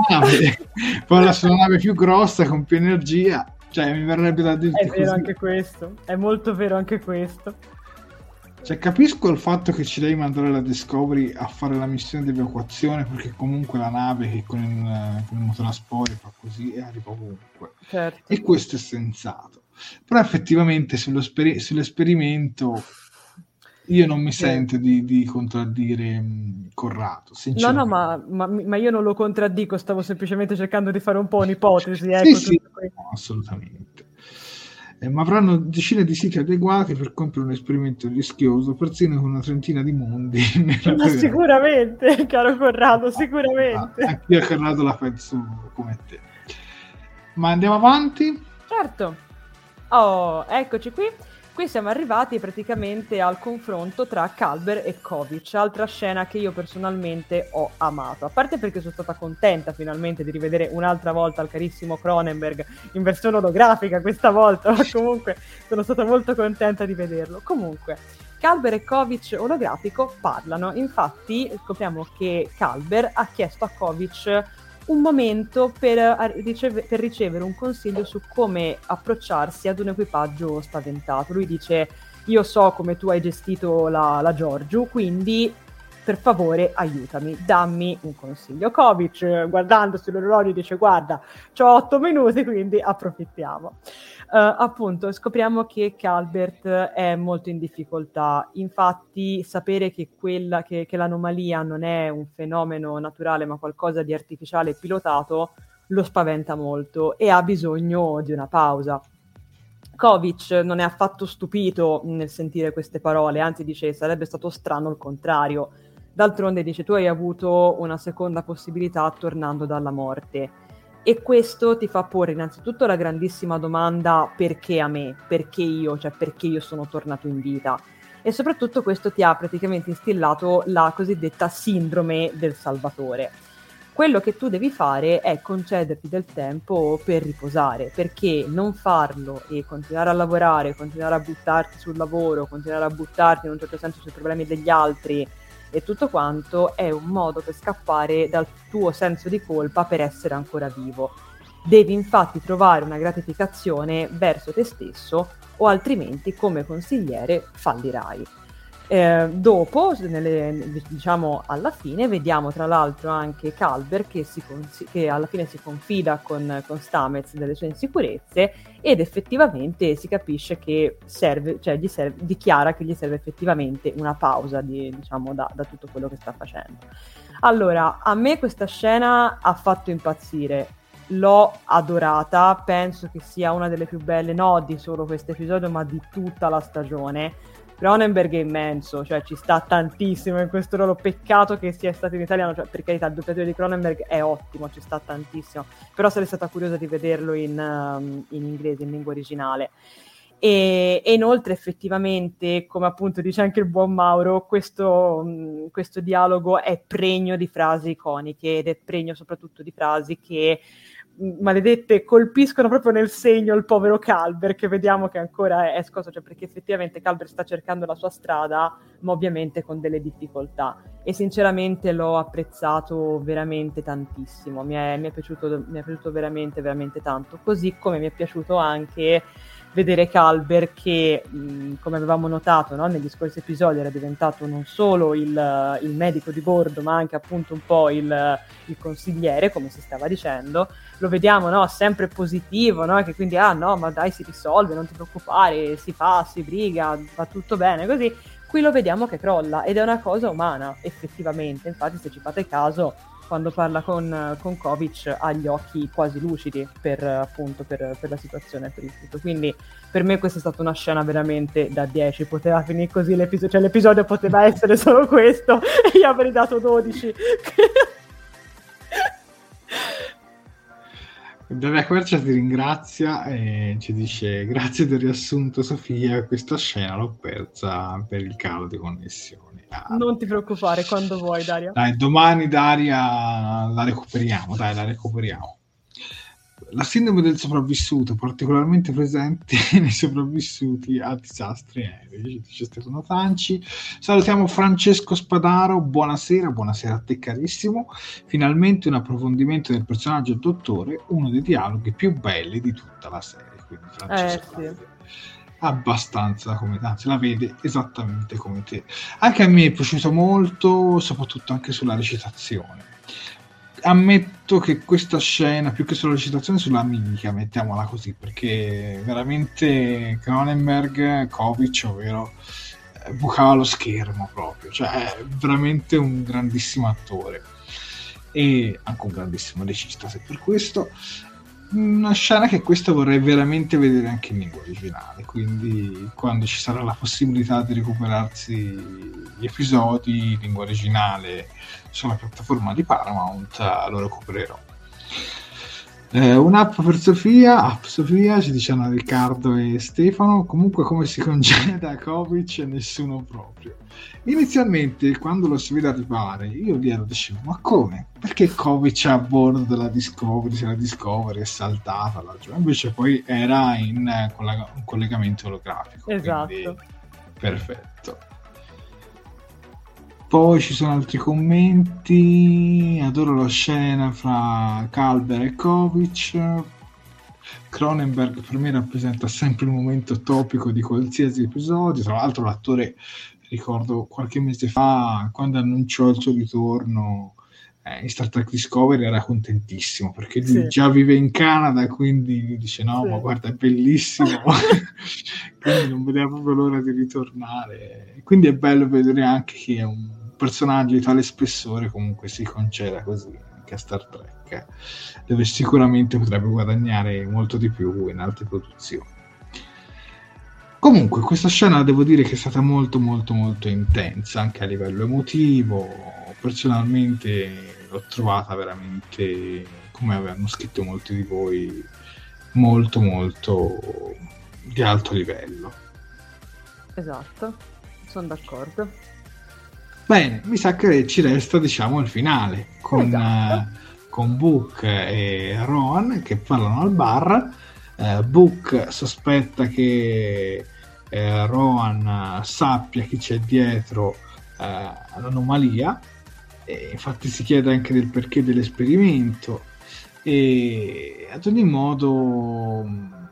Poi la nave più grossa con più energia. Cioè, mi verrebbe da dirti è vero così. Anche questo, è molto vero anche questo. Cioè, capisco il fatto che ci devi mandare la Discovery a fare la missione di evacuazione, perché comunque la nave che con il, con il motore a spore fa così e arriva ovunque. Certo. E questo è sensato. Però effettivamente sullo speri- sull'esperimento io non mi sì. sento di, di contraddire mh, Corrado, no no ma, ma, ma io non lo contraddico, stavo semplicemente cercando di fare un po' un'ipotesi, ecco. Sì, sì, no, assolutamente. Eh, ma avranno decine di siti adeguati per compiere un esperimento rischioso, persino con una trentina di mondi. Ma sicuramente, caro Corrado, sicuramente. Ah, anche io a Corrado la penso come te. Ma andiamo avanti? Certo. Oh, eccoci qui. Qui siamo arrivati praticamente al confronto tra Culber e Kovic, altra scena che io personalmente ho amato, a parte perché sono stata contenta finalmente di rivedere un'altra volta il carissimo Cronenberg in versione olografica questa volta, ma comunque sono stata molto contenta di vederlo. Comunque, Culber e Kovic olografico parlano, infatti scopriamo che Culber ha chiesto a Kovic un momento per, riceve, per ricevere un consiglio su come approcciarsi ad un equipaggio spaventato. Lui dice: io so come tu hai gestito la, la Giorgio, quindi per favore aiutami, dammi un consiglio. Kovic, guardando sull'orologio, dice: guarda, c'ho otto minuti, quindi approfittiamo. Uh, appunto, scopriamo che Calbert è molto in difficoltà. Infatti, sapere che, quella, che, che l'anomalia non è un fenomeno naturale, ma qualcosa di artificiale e pilotato, lo spaventa molto e ha bisogno di una pausa. Kovic non è affatto stupito nel sentire queste parole, anzi dice: sarebbe stato strano il contrario. D'altronde, dice, tu hai avuto una seconda possibilità tornando dalla morte. E questo ti fa porre innanzitutto la grandissima domanda: perché a me? Perché io? Cioè, perché io sono tornato in vita? E soprattutto questo ti ha praticamente instillato la cosiddetta sindrome del salvatore. Quello che tu devi fare è concederti del tempo per riposare, perché non farlo e continuare a lavorare, continuare a buttarti sul lavoro, continuare a buttarti in un certo senso sui problemi degli altri e tutto quanto è un modo per scappare dal tuo senso di colpa per essere ancora vivo. Devi infatti trovare una gratificazione verso te stesso o altrimenti come consigliere fallirai. Eh, dopo, nelle, diciamo alla fine, vediamo tra l'altro anche Culber che, si consi- che alla fine si confida con, con Stamets delle sue insicurezze ed effettivamente si capisce che serve, cioè gli serve, dichiara che gli serve effettivamente una pausa di, diciamo, da, da tutto quello che sta facendo. Allora, a me questa scena ha fatto impazzire, l'ho adorata, penso che sia una delle più belle, no di solo questo episodio ma di tutta la stagione. Cronenberg è immenso, cioè ci sta tantissimo in questo ruolo, peccato che sia stato in italiano, cioè, per carità il doppiatore di Cronenberg è ottimo, ci sta tantissimo, però sarei stata curiosa di vederlo in, um, in inglese, in lingua originale. E, e inoltre effettivamente, come appunto dice anche il buon Mauro, questo, um, questo dialogo è pregno di frasi iconiche ed è pregno soprattutto di frasi che maledette colpiscono proprio nel segno il povero Culber, che vediamo che ancora è, è scosso, cioè perché effettivamente Culber sta cercando la sua strada, ma ovviamente con delle difficoltà, e sinceramente l'ho apprezzato veramente tantissimo, mi è, mi è piaciuto mi è piaciuto veramente veramente tanto, così come mi è piaciuto anche vedere Culber che, mh, come avevamo notato, no, negli scorsi episodi era diventato non solo il, il medico di bordo, ma anche appunto un po' il, il consigliere, come si stava dicendo. Lo vediamo, no, sempre positivo, no, che quindi, ah no, ma dai, si risolve, non ti preoccupare, si fa, si briga, va tutto bene, così. Qui lo vediamo che crolla, ed è una cosa umana, effettivamente. Infatti, se ci fate caso, quando parla con, con Kovic ha gli occhi quasi lucidi per, appunto, per, per la situazione, per il tutto. Quindi per me questa è stata una scena veramente da dieci, poteva finire così l'episodio, cioè l'episodio poteva essere solo questo e io avrei dato dodici. Davia Quercia ti ringrazia e ci dice: grazie del riassunto Sofia, questa scena l'ho persa per il calo di connessione. Ah, non ti preoccupare, quando vuoi Daria. Dai, domani Daria la recuperiamo, dai, la recuperiamo. La sindrome del sopravvissuto, particolarmente presente nei sopravvissuti a disastri aerei, dice Stefano Franci. Salutiamo Francesco Spadaro, buonasera, buonasera a te carissimo. Finalmente un approfondimento del personaggio del dottore, uno dei dialoghi più belli di tutta la serie. Quindi Francesco eh, sì. abbastanza da come se la vede esattamente come te. Anche a me è piaciuto molto, soprattutto anche sulla recitazione. Ammetto che questa scena, più che sulla recitazione, sulla mimica, mettiamola così, perché veramente Cronenberg, Kovic, ovvero eh, bucava lo schermo proprio, cioè è veramente un grandissimo attore e anche un grandissimo regista, se per questo. Una scena che questa vorrei veramente vedere anche in lingua originale, quindi quando ci sarà la possibilità di recuperarsi gli episodi in lingua originale sulla piattaforma di Paramount, lo recupererò. Eh, un'app per Sofia, app Sofia, ci dicono Riccardo e Stefano. Comunque, come si congeda Kovic, nessuno proprio. Inizialmente, quando lo si vede arrivare, io lì ero dicevo: ma come? Perché Kovic è a bordo della Discovery? Se la Discovery è saltata laggiù. Invece poi era in eh, collega- un collegamento olografico. Esatto. Quindi, perfetto. Poi ci sono altri commenti. Adoro la scena fra Culber e Kovic. Cronenberg per me rappresenta sempre il momento topico di qualsiasi episodio. Tra l'altro l'attore, ricordo qualche mese fa, quando annunciò il suo ritorno eh, in Star Trek Discovery, era contentissimo perché lui sì. già vive in Canada, quindi dice no sì. ma guarda è bellissimo. Quindi non vedeva proprio l'ora di ritornare. Quindi è bello vedere anche che è un personaggio di tale spessore comunque si conceda così anche a Star Trek, dove sicuramente potrebbe guadagnare molto di più in altre produzioni. Comunque questa scena devo dire che è stata molto molto molto intensa anche a livello emotivo. Personalmente l'ho trovata veramente, come avevano scritto molti di voi, molto molto di alto livello. Esatto, sono d'accordo. Bene, mi sa che ci resta, diciamo, il finale con, esatto. uh, con Book e Rowan che parlano al bar. Uh, Book sospetta che uh, Rowan sappia chi c'è dietro uh, all'anomalia, e infatti si chiede anche del perché dell'esperimento, e ad ogni modo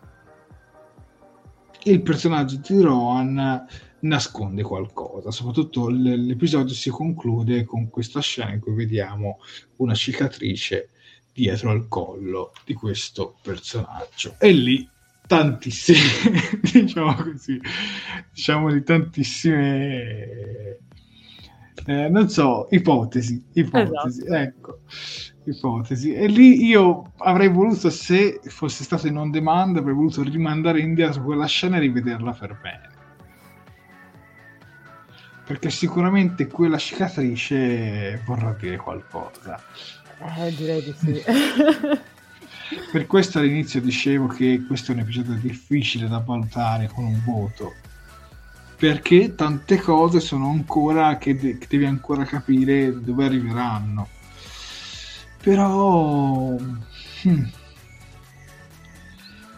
il personaggio di Rowan nasconde qualcosa. Soprattutto l- l'episodio si conclude con questa scena in cui vediamo una cicatrice dietro al collo di questo personaggio, e lì tantissime diciamo così diciamo di tantissime eh, non so ipotesi ipotesi esatto. ecco ipotesi e lì io avrei voluto, se fosse stato in on demand, avrei voluto rimandare indietro quella scena e rivederla per bene, perché sicuramente quella cicatrice vorrà dire qualcosa. Eh, direi di sì. Per questo all'inizio dicevo che questo è un episodio difficile da valutare con un voto, perché tante cose sono ancora che, de- che devi ancora capire dove arriveranno. Però hmm,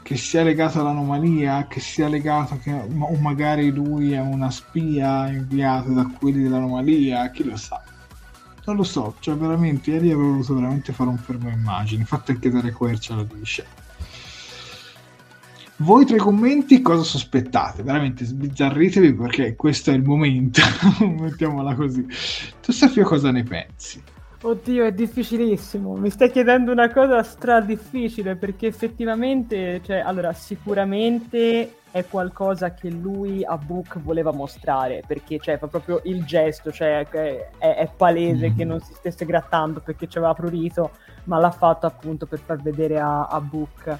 che sia legato all'anomalia, che sia legato che o magari lui è una spia inviata da quelli dell'anomalia, chi lo sa. Non lo so, cioè veramente ieri avevo voluto veramente fare un fermo immagini, infatti anche Daria Quercia lo dice. Voi tra i commenti cosa sospettate? Veramente sbizzarritevi perché questo è il momento, mettiamola così. Tu Sofia cosa ne pensi? Oddio, è difficilissimo. Mi stai chiedendo una cosa stra difficile perché effettivamente, cioè, allora, sicuramente è qualcosa che lui a Book voleva mostrare perché, cioè, fa proprio il gesto, cioè, è, è palese mm. che non si stesse grattando perché ci aveva prurito, ma l'ha fatto appunto per far vedere a, a Book.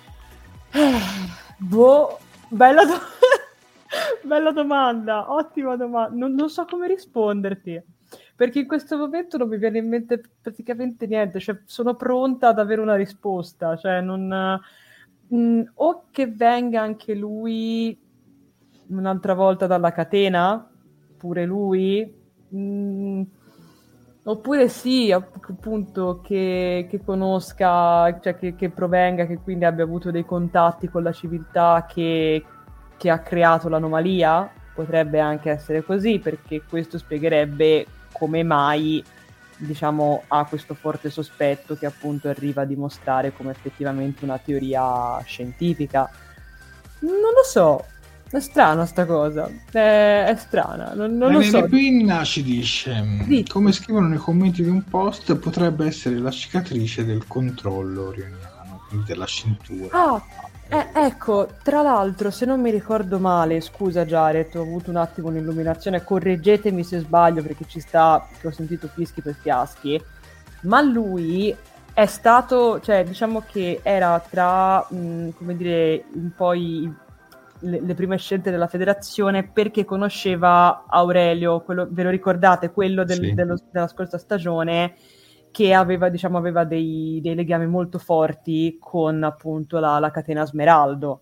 Boh, bella, do- bella domanda, ottima domanda. Non, non so come risponderti. Perché in questo momento non mi viene in mente praticamente niente, cioè sono pronta ad avere una risposta, cioè non... Mh, o che venga anche lui un'altra volta dalla catena, pure lui, mh, oppure sì, appunto, che, che conosca, cioè che, che provenga, che quindi abbia avuto dei contatti con la civiltà che, che ha creato l'anomalia, potrebbe anche essere così, perché questo spiegherebbe come mai, diciamo, ha questo forte sospetto che appunto arriva a dimostrare come effettivamente una teoria scientifica. Non lo so, è strana sta cosa, è, è strana, non, non lo so. Pinna ci dice, sì. Come scrivono nei commenti di un post, potrebbe essere la cicatrice del controllo orioniano, quindi della cintura. Ah, eh, ecco, tra l'altro, se non mi ricordo male, scusa Jared, ho avuto un attimo un'illuminazione, correggetemi se sbaglio perché ci sta, che ho sentito fischi per fiaschi, ma lui è stato, cioè diciamo che era tra, mh, come dire, un po' i, le, le prime scelte della federazione perché conosceva Aurelio, quello, ve lo ricordate, quello del, sì. dello, della scorsa stagione, che aveva, diciamo, aveva dei, dei legami molto forti con appunto la, la catena Smeraldo.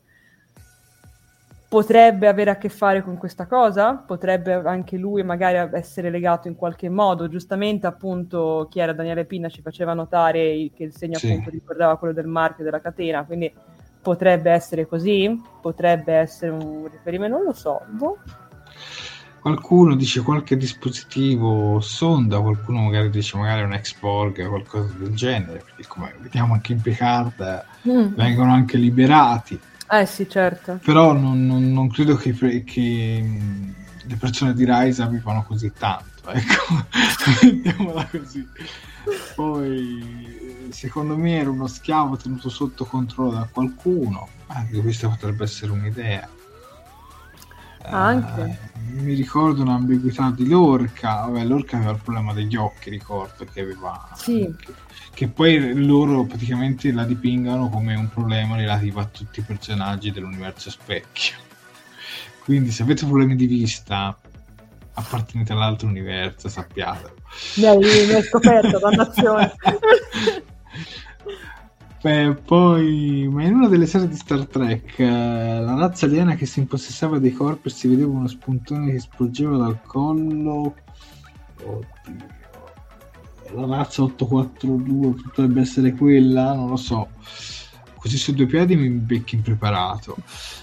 Potrebbe avere a che fare con questa cosa? Potrebbe anche lui magari essere legato in qualche modo? Giustamente appunto chi era Daniele Pinna ci faceva notare che il segno sì. appunto ricordava quello del marchio della catena, quindi potrebbe essere così? Potrebbe essere un riferimento? Non lo so. Boh. Qualcuno dice qualche dispositivo sonda, qualcuno magari dice magari un X-Borg, qualcosa del genere, perché come vediamo anche in Picard mm. vengono anche liberati. Eh sì, certo. Però non, non, non credo che, che le persone di Rise vivano così tanto, ecco, mettiamola così. Poi secondo me era uno schiavo tenuto sotto controllo da qualcuno, anche questa potrebbe essere un'idea. Anche uh, mi ricordo un'ambiguità di Lorca. Vabbè, Lorca aveva il problema degli occhi, ricordo che aveva sì. che, che poi loro praticamente la dipingono come un problema relativo a tutti i personaggi dell'universo specchio, quindi se avete problemi di vista appartenete all'altro universo, sappiatelo. Mi hai, mi hai scoperto, dannazione. Beh, poi, ma in una delle serie di Star Trek, eh, la razza aliena che si impossessava dei corpi si vedeva uno spuntone che sporgeva dal collo. Oddio. La razza ottocentoquarantadue potrebbe essere quella, non lo so. Così su due piedi mi becchi impreparato.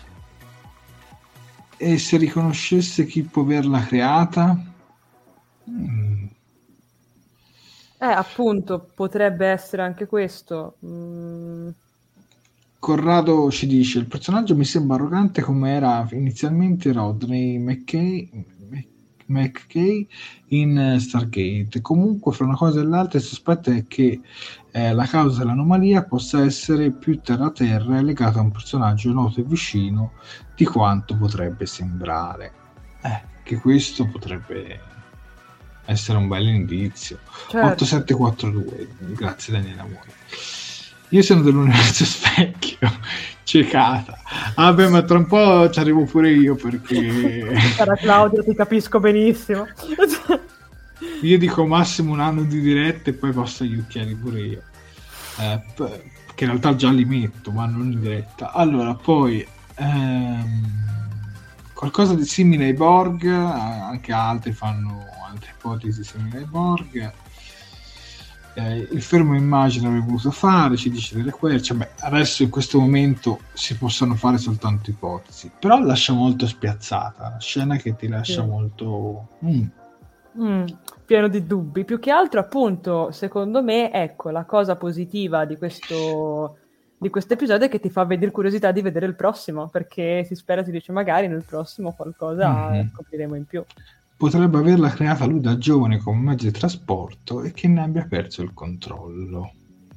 E se riconoscesse chi può averla creata? Mm. Eh, appunto, potrebbe essere anche questo. Mm. Corrado ci dice: il personaggio mi sembra arrogante come era inizialmente Rodney McKay, McKay in Stargate. Comunque, fra una cosa e l'altra, il sospetto è che eh, la causa dell'anomalia possa essere più terra-terra e legata a un personaggio noto e vicino di quanto potrebbe sembrare. Eh, che questo potrebbe essere un bel indizio. Certo. otto sette quattro due, grazie Daniela Mori. Io sono dell'universo specchio, ciecata. Ah beh, ma tra un po' ci arrivo pure io perché... Cara Claudio, ti capisco benissimo. Io dico massimo un anno di diretta e poi posso gli occhiali pure io. Eh, che in realtà già li metto, ma non in diretta. Allora, poi... Ehm, qualcosa di simile ai Borg, anche altri fanno altre ipotesi simili ai Borg. eh, il fermo immagine avrei voluto fare, ci dice delle querce, beh, adesso in questo momento si possono fare soltanto ipotesi, però lascia molto spiazzata, la scena che ti lascia Sì. molto mm. Mm, pieno di dubbi, più che altro appunto secondo me, ecco, la cosa positiva di questo di questo episodio è che ti fa vedere curiosità di vedere il prossimo, perché si spera, si dice magari nel prossimo qualcosa Mm-hmm. scopriremo in più. Potrebbe averla creata lui da giovane come mezzo di trasporto e che ne abbia perso il controllo.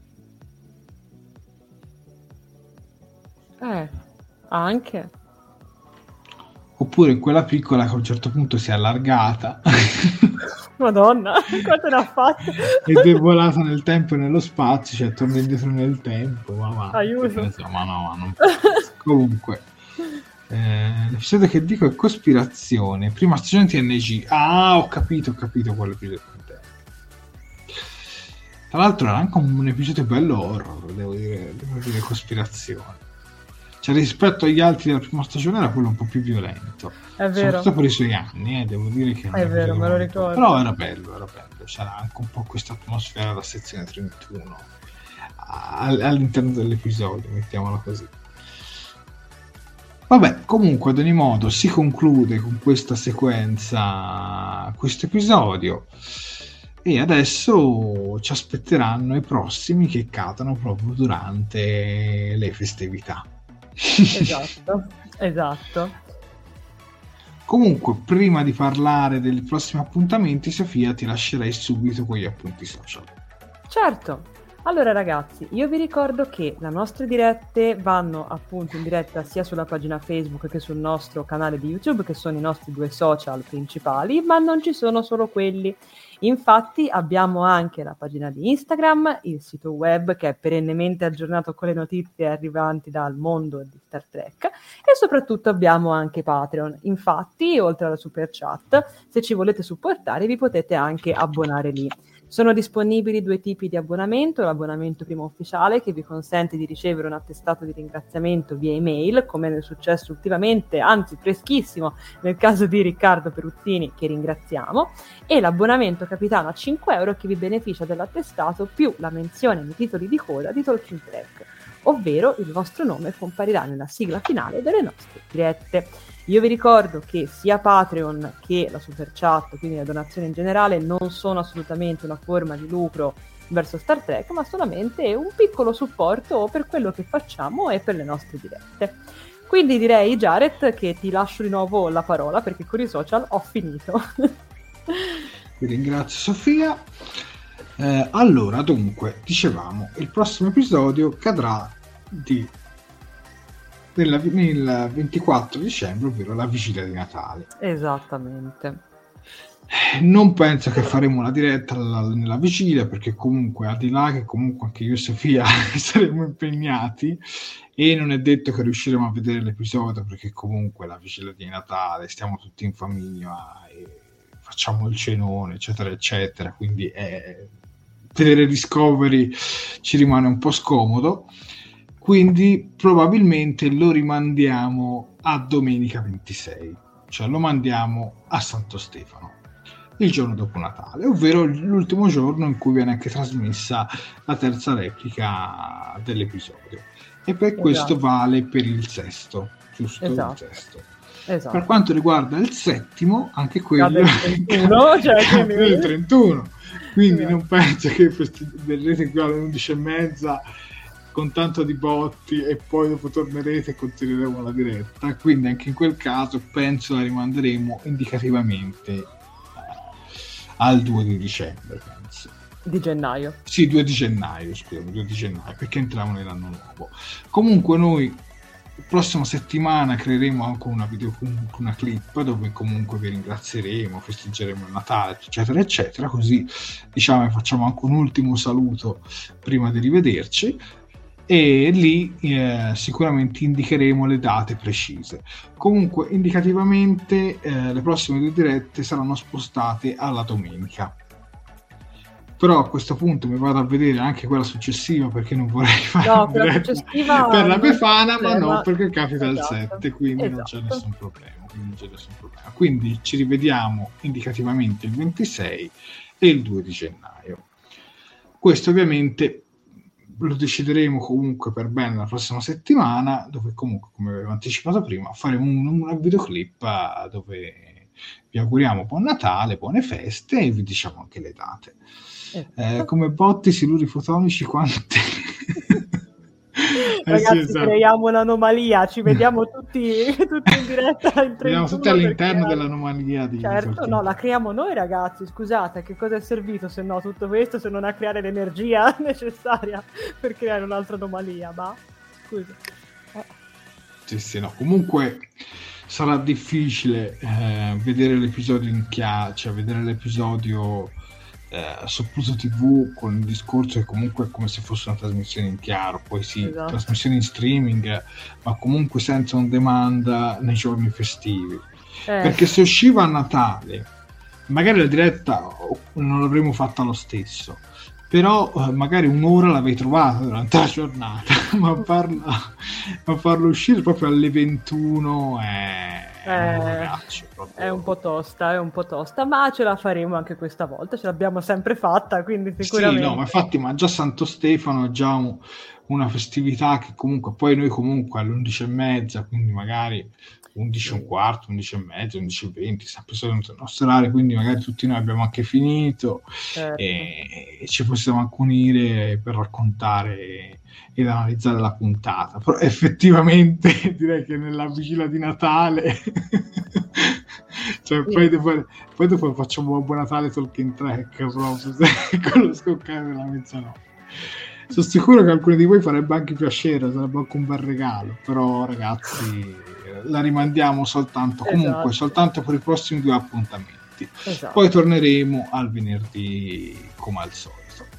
Eh, anche. Oppure in quella piccola che a un certo punto si è allargata Madonna, quanto ne ha fatto? ed è volata nel tempo e nello spazio, cioè torna indietro nel tempo, ma va. Aiuto. Insomma, no, ma non comunque. Eh, l'episodio che dico è Cospirazione, prima stagione T N G. Ah, ho capito, ho capito quale episodio. Tra l'altro era anche un episodio bello horror, devo dire, devo dire Cospirazione. Cioè rispetto agli altri della prima stagione era quello un po' più violento. È vero. Soprattutto per i suoi anni, eh, devo dire che È vero, me lo ricordo. Però era bello, era bello. C'era anche un po' questa atmosfera da sezione trentuno all'interno dell'episodio, mettiamola così. Vabbè, comunque ad ogni modo si conclude con questa sequenza, questo episodio, e adesso ci aspetteranno i prossimi che cadono proprio durante le festività. Esatto, esatto. Comunque, prima di parlare dei prossimi appuntamenti, Sofia, ti lascerei subito con gli appunti social. Certo. Allora ragazzi, io vi ricordo che le nostre dirette vanno appunto in diretta sia sulla pagina Facebook che sul nostro canale di YouTube, che sono i nostri due social principali, ma non ci sono solo quelli. Infatti abbiamo anche la pagina di Instagram, il sito web che è perennemente aggiornato con le notizie arrivanti dal mondo di Star Trek, e soprattutto abbiamo anche Patreon. Infatti, oltre alla super chat, se ci volete supportare vi potete anche abbonare lì. Sono disponibili due tipi di abbonamento: l'abbonamento primo ufficiale, che vi consente di ricevere un attestato di ringraziamento via email, come è successo ultimamente, anzi freschissimo, nel caso di Riccardo Peruzzini, che ringraziamo, e l'abbonamento capitano a cinque euro, che vi beneficia dell'attestato più la menzione nei titoli di coda di Talking Track, ovvero il vostro nome comparirà nella sigla finale delle nostre dirette. Io vi ricordo che sia Patreon che la super chat, quindi la donazione in generale, non sono assolutamente una forma di lucro verso Star Trek, ma solamente un piccolo supporto per quello che facciamo e per le nostre dirette. Quindi direi, Jared, che ti lascio di nuovo la parola, perché con i social ho finito. Vi ringrazio, Sofia. Eh, allora, dunque, dicevamo, il prossimo episodio cadrà di Nella, nel ventiquattro dicembre, ovvero la vigilia di Natale. Esattamente. Non penso che faremo una diretta alla, nella vigilia, perché comunque, al di là che comunque anche io e Sofia saremo impegnati, e non è detto che riusciremo a vedere l'episodio, perché comunque la vigilia di Natale stiamo tutti in famiglia e facciamo il cenone, eccetera eccetera, quindi eh, vedere Discovery ci rimane un po' scomodo. Quindi probabilmente lo rimandiamo a domenica ventisei, cioè lo mandiamo a Santo Stefano, il giorno dopo Natale, ovvero l'ultimo giorno in cui viene anche trasmessa la terza replica dell'episodio. E per Esatto. questo vale per il sesto, giusto? Esatto. Il sesto. Esatto. Per quanto riguarda il settimo, anche quello Cade il trentuno, cioè, quindi... il trentuno. Quindi Esatto. non penso che verrete qui alle undici e mezza con tanto di botti e poi dopo tornerete e continueremo la diretta, quindi anche in quel caso penso la rimanderemo indicativamente eh, al due di dicembre, penso. Di gennaio. Sì, due di gennaio, scusami, due di gennaio, perché entriamo nell'anno nuovo. Comunque noi la prossima settimana creeremo anche una video, una clip dove comunque vi ringrazieremo, festeggeremo il Natale, eccetera eccetera, così diciamo facciamo anche un ultimo saluto prima di rivederci. E lì eh, sicuramente indicheremo le date precise. Comunque indicativamente eh, le prossime due dirette saranno spostate alla domenica, però a questo punto mi vado a vedere anche quella successiva, perché non vorrei fare No, una quella diretta successiva per la non Befana, c'è, ma no, ma- perché capita il Esatto. sette, quindi non c'è Esatto. nessun problema, quindi non c'è nessun problema. Quindi ci rivediamo indicativamente il ventisei e il due di gennaio. Questo ovviamente lo decideremo comunque per bene la prossima settimana, dove comunque, come avevo anticipato prima, faremo un, un videoclip dove vi auguriamo buon Natale, buone feste e vi diciamo anche le date. Eh, come botti siluri fotonici quante... eh, Ragazzi, sì, esatto. Creiamo un'anomalia, ci vediamo tutti, tutti in diretta in Vediamo tutti all'interno perché... dell'anomalia di certo, no, la creiamo noi ragazzi, scusate, che cosa è servito se no tutto questo, se non a creare l'energia necessaria per creare un'altra anomalia, ma scusa. Eh. Sì, sì, no, comunque sarà difficile eh, vedere l'episodio in chiaro, cioè vedere l'episodio eh, su Pluto tivù con il discorso che comunque è come se fosse una trasmissione in chiaro, poi sì, esatto. Trasmissione in streaming, ma comunque senza on demand nei giorni festivi. Eh. Perché se usciva a Natale, magari la diretta non l'avremmo fatta lo stesso, però eh, magari un'ora l'avevi trovata durante la giornata, ma farla, ma farlo uscire proprio alle ventuno è, eh, è, un ragazzo, è un po' tosta, è un po' tosta, ma ce la faremo anche questa volta, ce l'abbiamo sempre fatta, quindi sicuramente. Sì, no, ma infatti, ma già Santo Stefano è già un, una festività che comunque, poi noi comunque alle undici e mezza, quindi magari undici e un quarto, undici e mezza, undici e venti, sempre solo il nostro orario, quindi magari tutti noi abbiamo anche finito, certo. e, e ci possiamo anche unire per raccontare ed analizzare la puntata. Però effettivamente direi che nella vigilia di Natale cioè, sì. poi, dopo, poi dopo facciamo Buon Natale Talking Track proprio con lo scoccare della mezzanotte. Sono sicuro che alcuni di voi farebbe anche piacere, sarebbe anche un bel regalo, però ragazzi la rimandiamo soltanto, comunque esatto. soltanto per i prossimi due appuntamenti. Esatto. Poi torneremo al venerdì come al solito.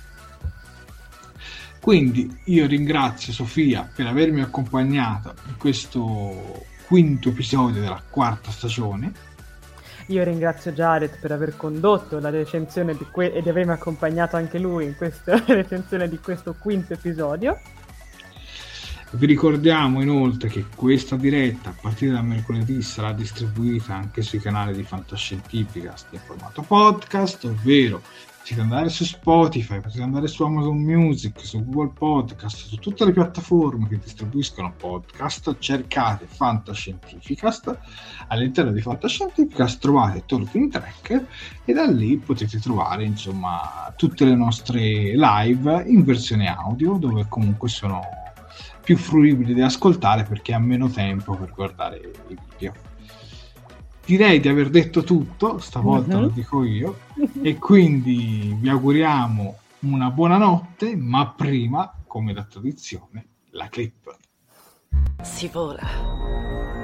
Quindi io ringrazio Sofia per avermi accompagnata in questo quinto episodio della quarta stagione. Io ringrazio Jared per aver condotto la recensione di que- e di avermi accompagnato anche lui in questa recensione di questo quinto episodio. Vi ricordiamo inoltre che questa diretta a partire da mercoledì sarà distribuita anche sui canali di Fantascientificast in formato podcast, ovvero potete andare su Spotify, potete andare su Amazon Music, su Google Podcast, su tutte le piattaforme che distribuiscono podcast, cercate Fantascientificast, all'interno di Fantascientificast trovate Talking Track e da lì potete trovare insomma tutte le nostre live in versione audio, dove comunque sono più fruibili da ascoltare perché ha meno tempo per guardare i video. Direi di aver detto tutto, stavolta mm-hmm. lo dico io, e quindi vi auguriamo una buona notte, ma prima, come da tradizione, la clip. Si vola.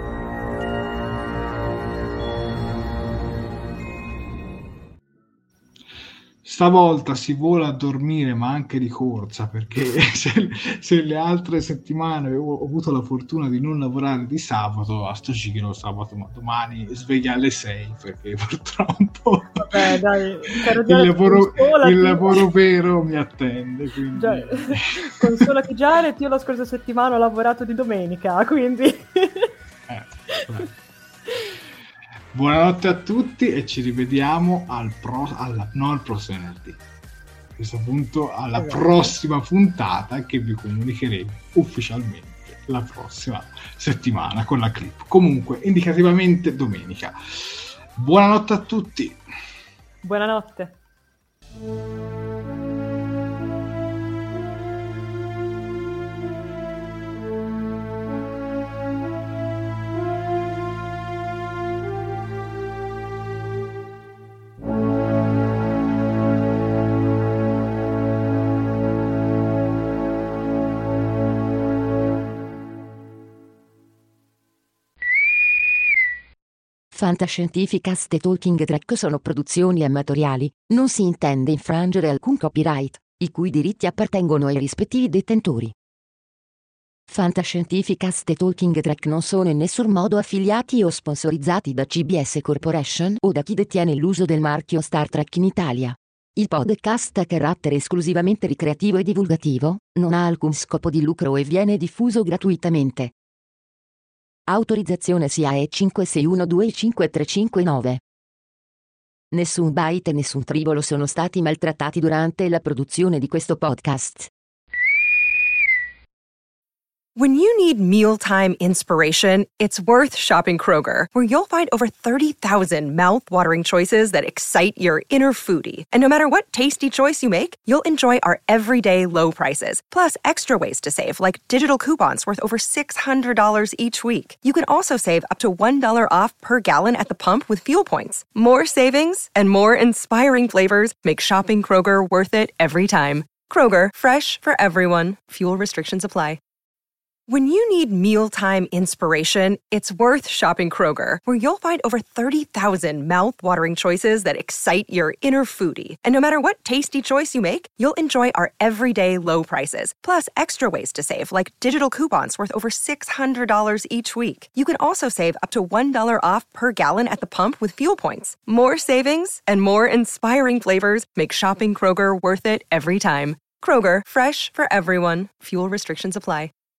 Stavolta si vola a dormire, ma anche di corsa, perché se, se le altre settimane ho avuto la fortuna di non lavorare di sabato, a sto giro sabato, ma domani sveglia alle sei, perché purtroppo Vabbè, dai, il, lavoro, il lavoro vero mi attende. Quindi... Già, consolati Jared, io la scorsa settimana ho lavorato di domenica, quindi... eh, Buonanotte a tutti e ci rivediamo al pro, alla, no al prossimo venerdì, a questo punto alla esatto. prossima puntata che vi comunicheremo ufficialmente la prossima settimana con la clip, comunque indicativamente domenica. Buonanotte a tutti. Buonanotte. Fantascientificast e Talking Track sono produzioni amatoriali, non si intende infrangere alcun copyright, i cui diritti appartengono ai rispettivi detentori. Fantascientificast e Talking Track non sono in nessun modo affiliati o sponsorizzati da C B S Corporation o da chi detiene l'uso del marchio Star Trek in Italia. Il podcast ha carattere esclusivamente ricreativo e divulgativo, non ha alcun scopo di lucro e viene diffuso gratuitamente. Autorizzazione S I A E cinque sei uno due cinque tre cinque nove. Nessun byte e nessun tribolo sono stati maltrattati durante la produzione di questo podcast. When you need mealtime inspiration, it's worth shopping Kroger, where you'll find over thirty thousand mouth-watering choices that excite your inner foodie. And no matter what tasty choice you make, you'll enjoy our everyday low prices, plus extra ways to save, like digital coupons worth over six hundred dollars each week. You can also save up to one dollar off per gallon at the pump with fuel points. More savings and more inspiring flavors make shopping Kroger worth it every time. Kroger, fresh for everyone. Fuel restrictions apply. When you need mealtime inspiration, it's worth shopping Kroger, where you'll find over thirty thousand mouth-watering choices that excite your inner foodie. And no matter what tasty choice you make, you'll enjoy our everyday low prices, plus extra ways to save, like digital coupons worth over six hundred dollars each week. You can also save up to one dollar off per gallon at the pump with fuel points. More savings and more inspiring flavors make shopping Kroger worth it every time. Kroger, fresh for everyone. Fuel restrictions apply.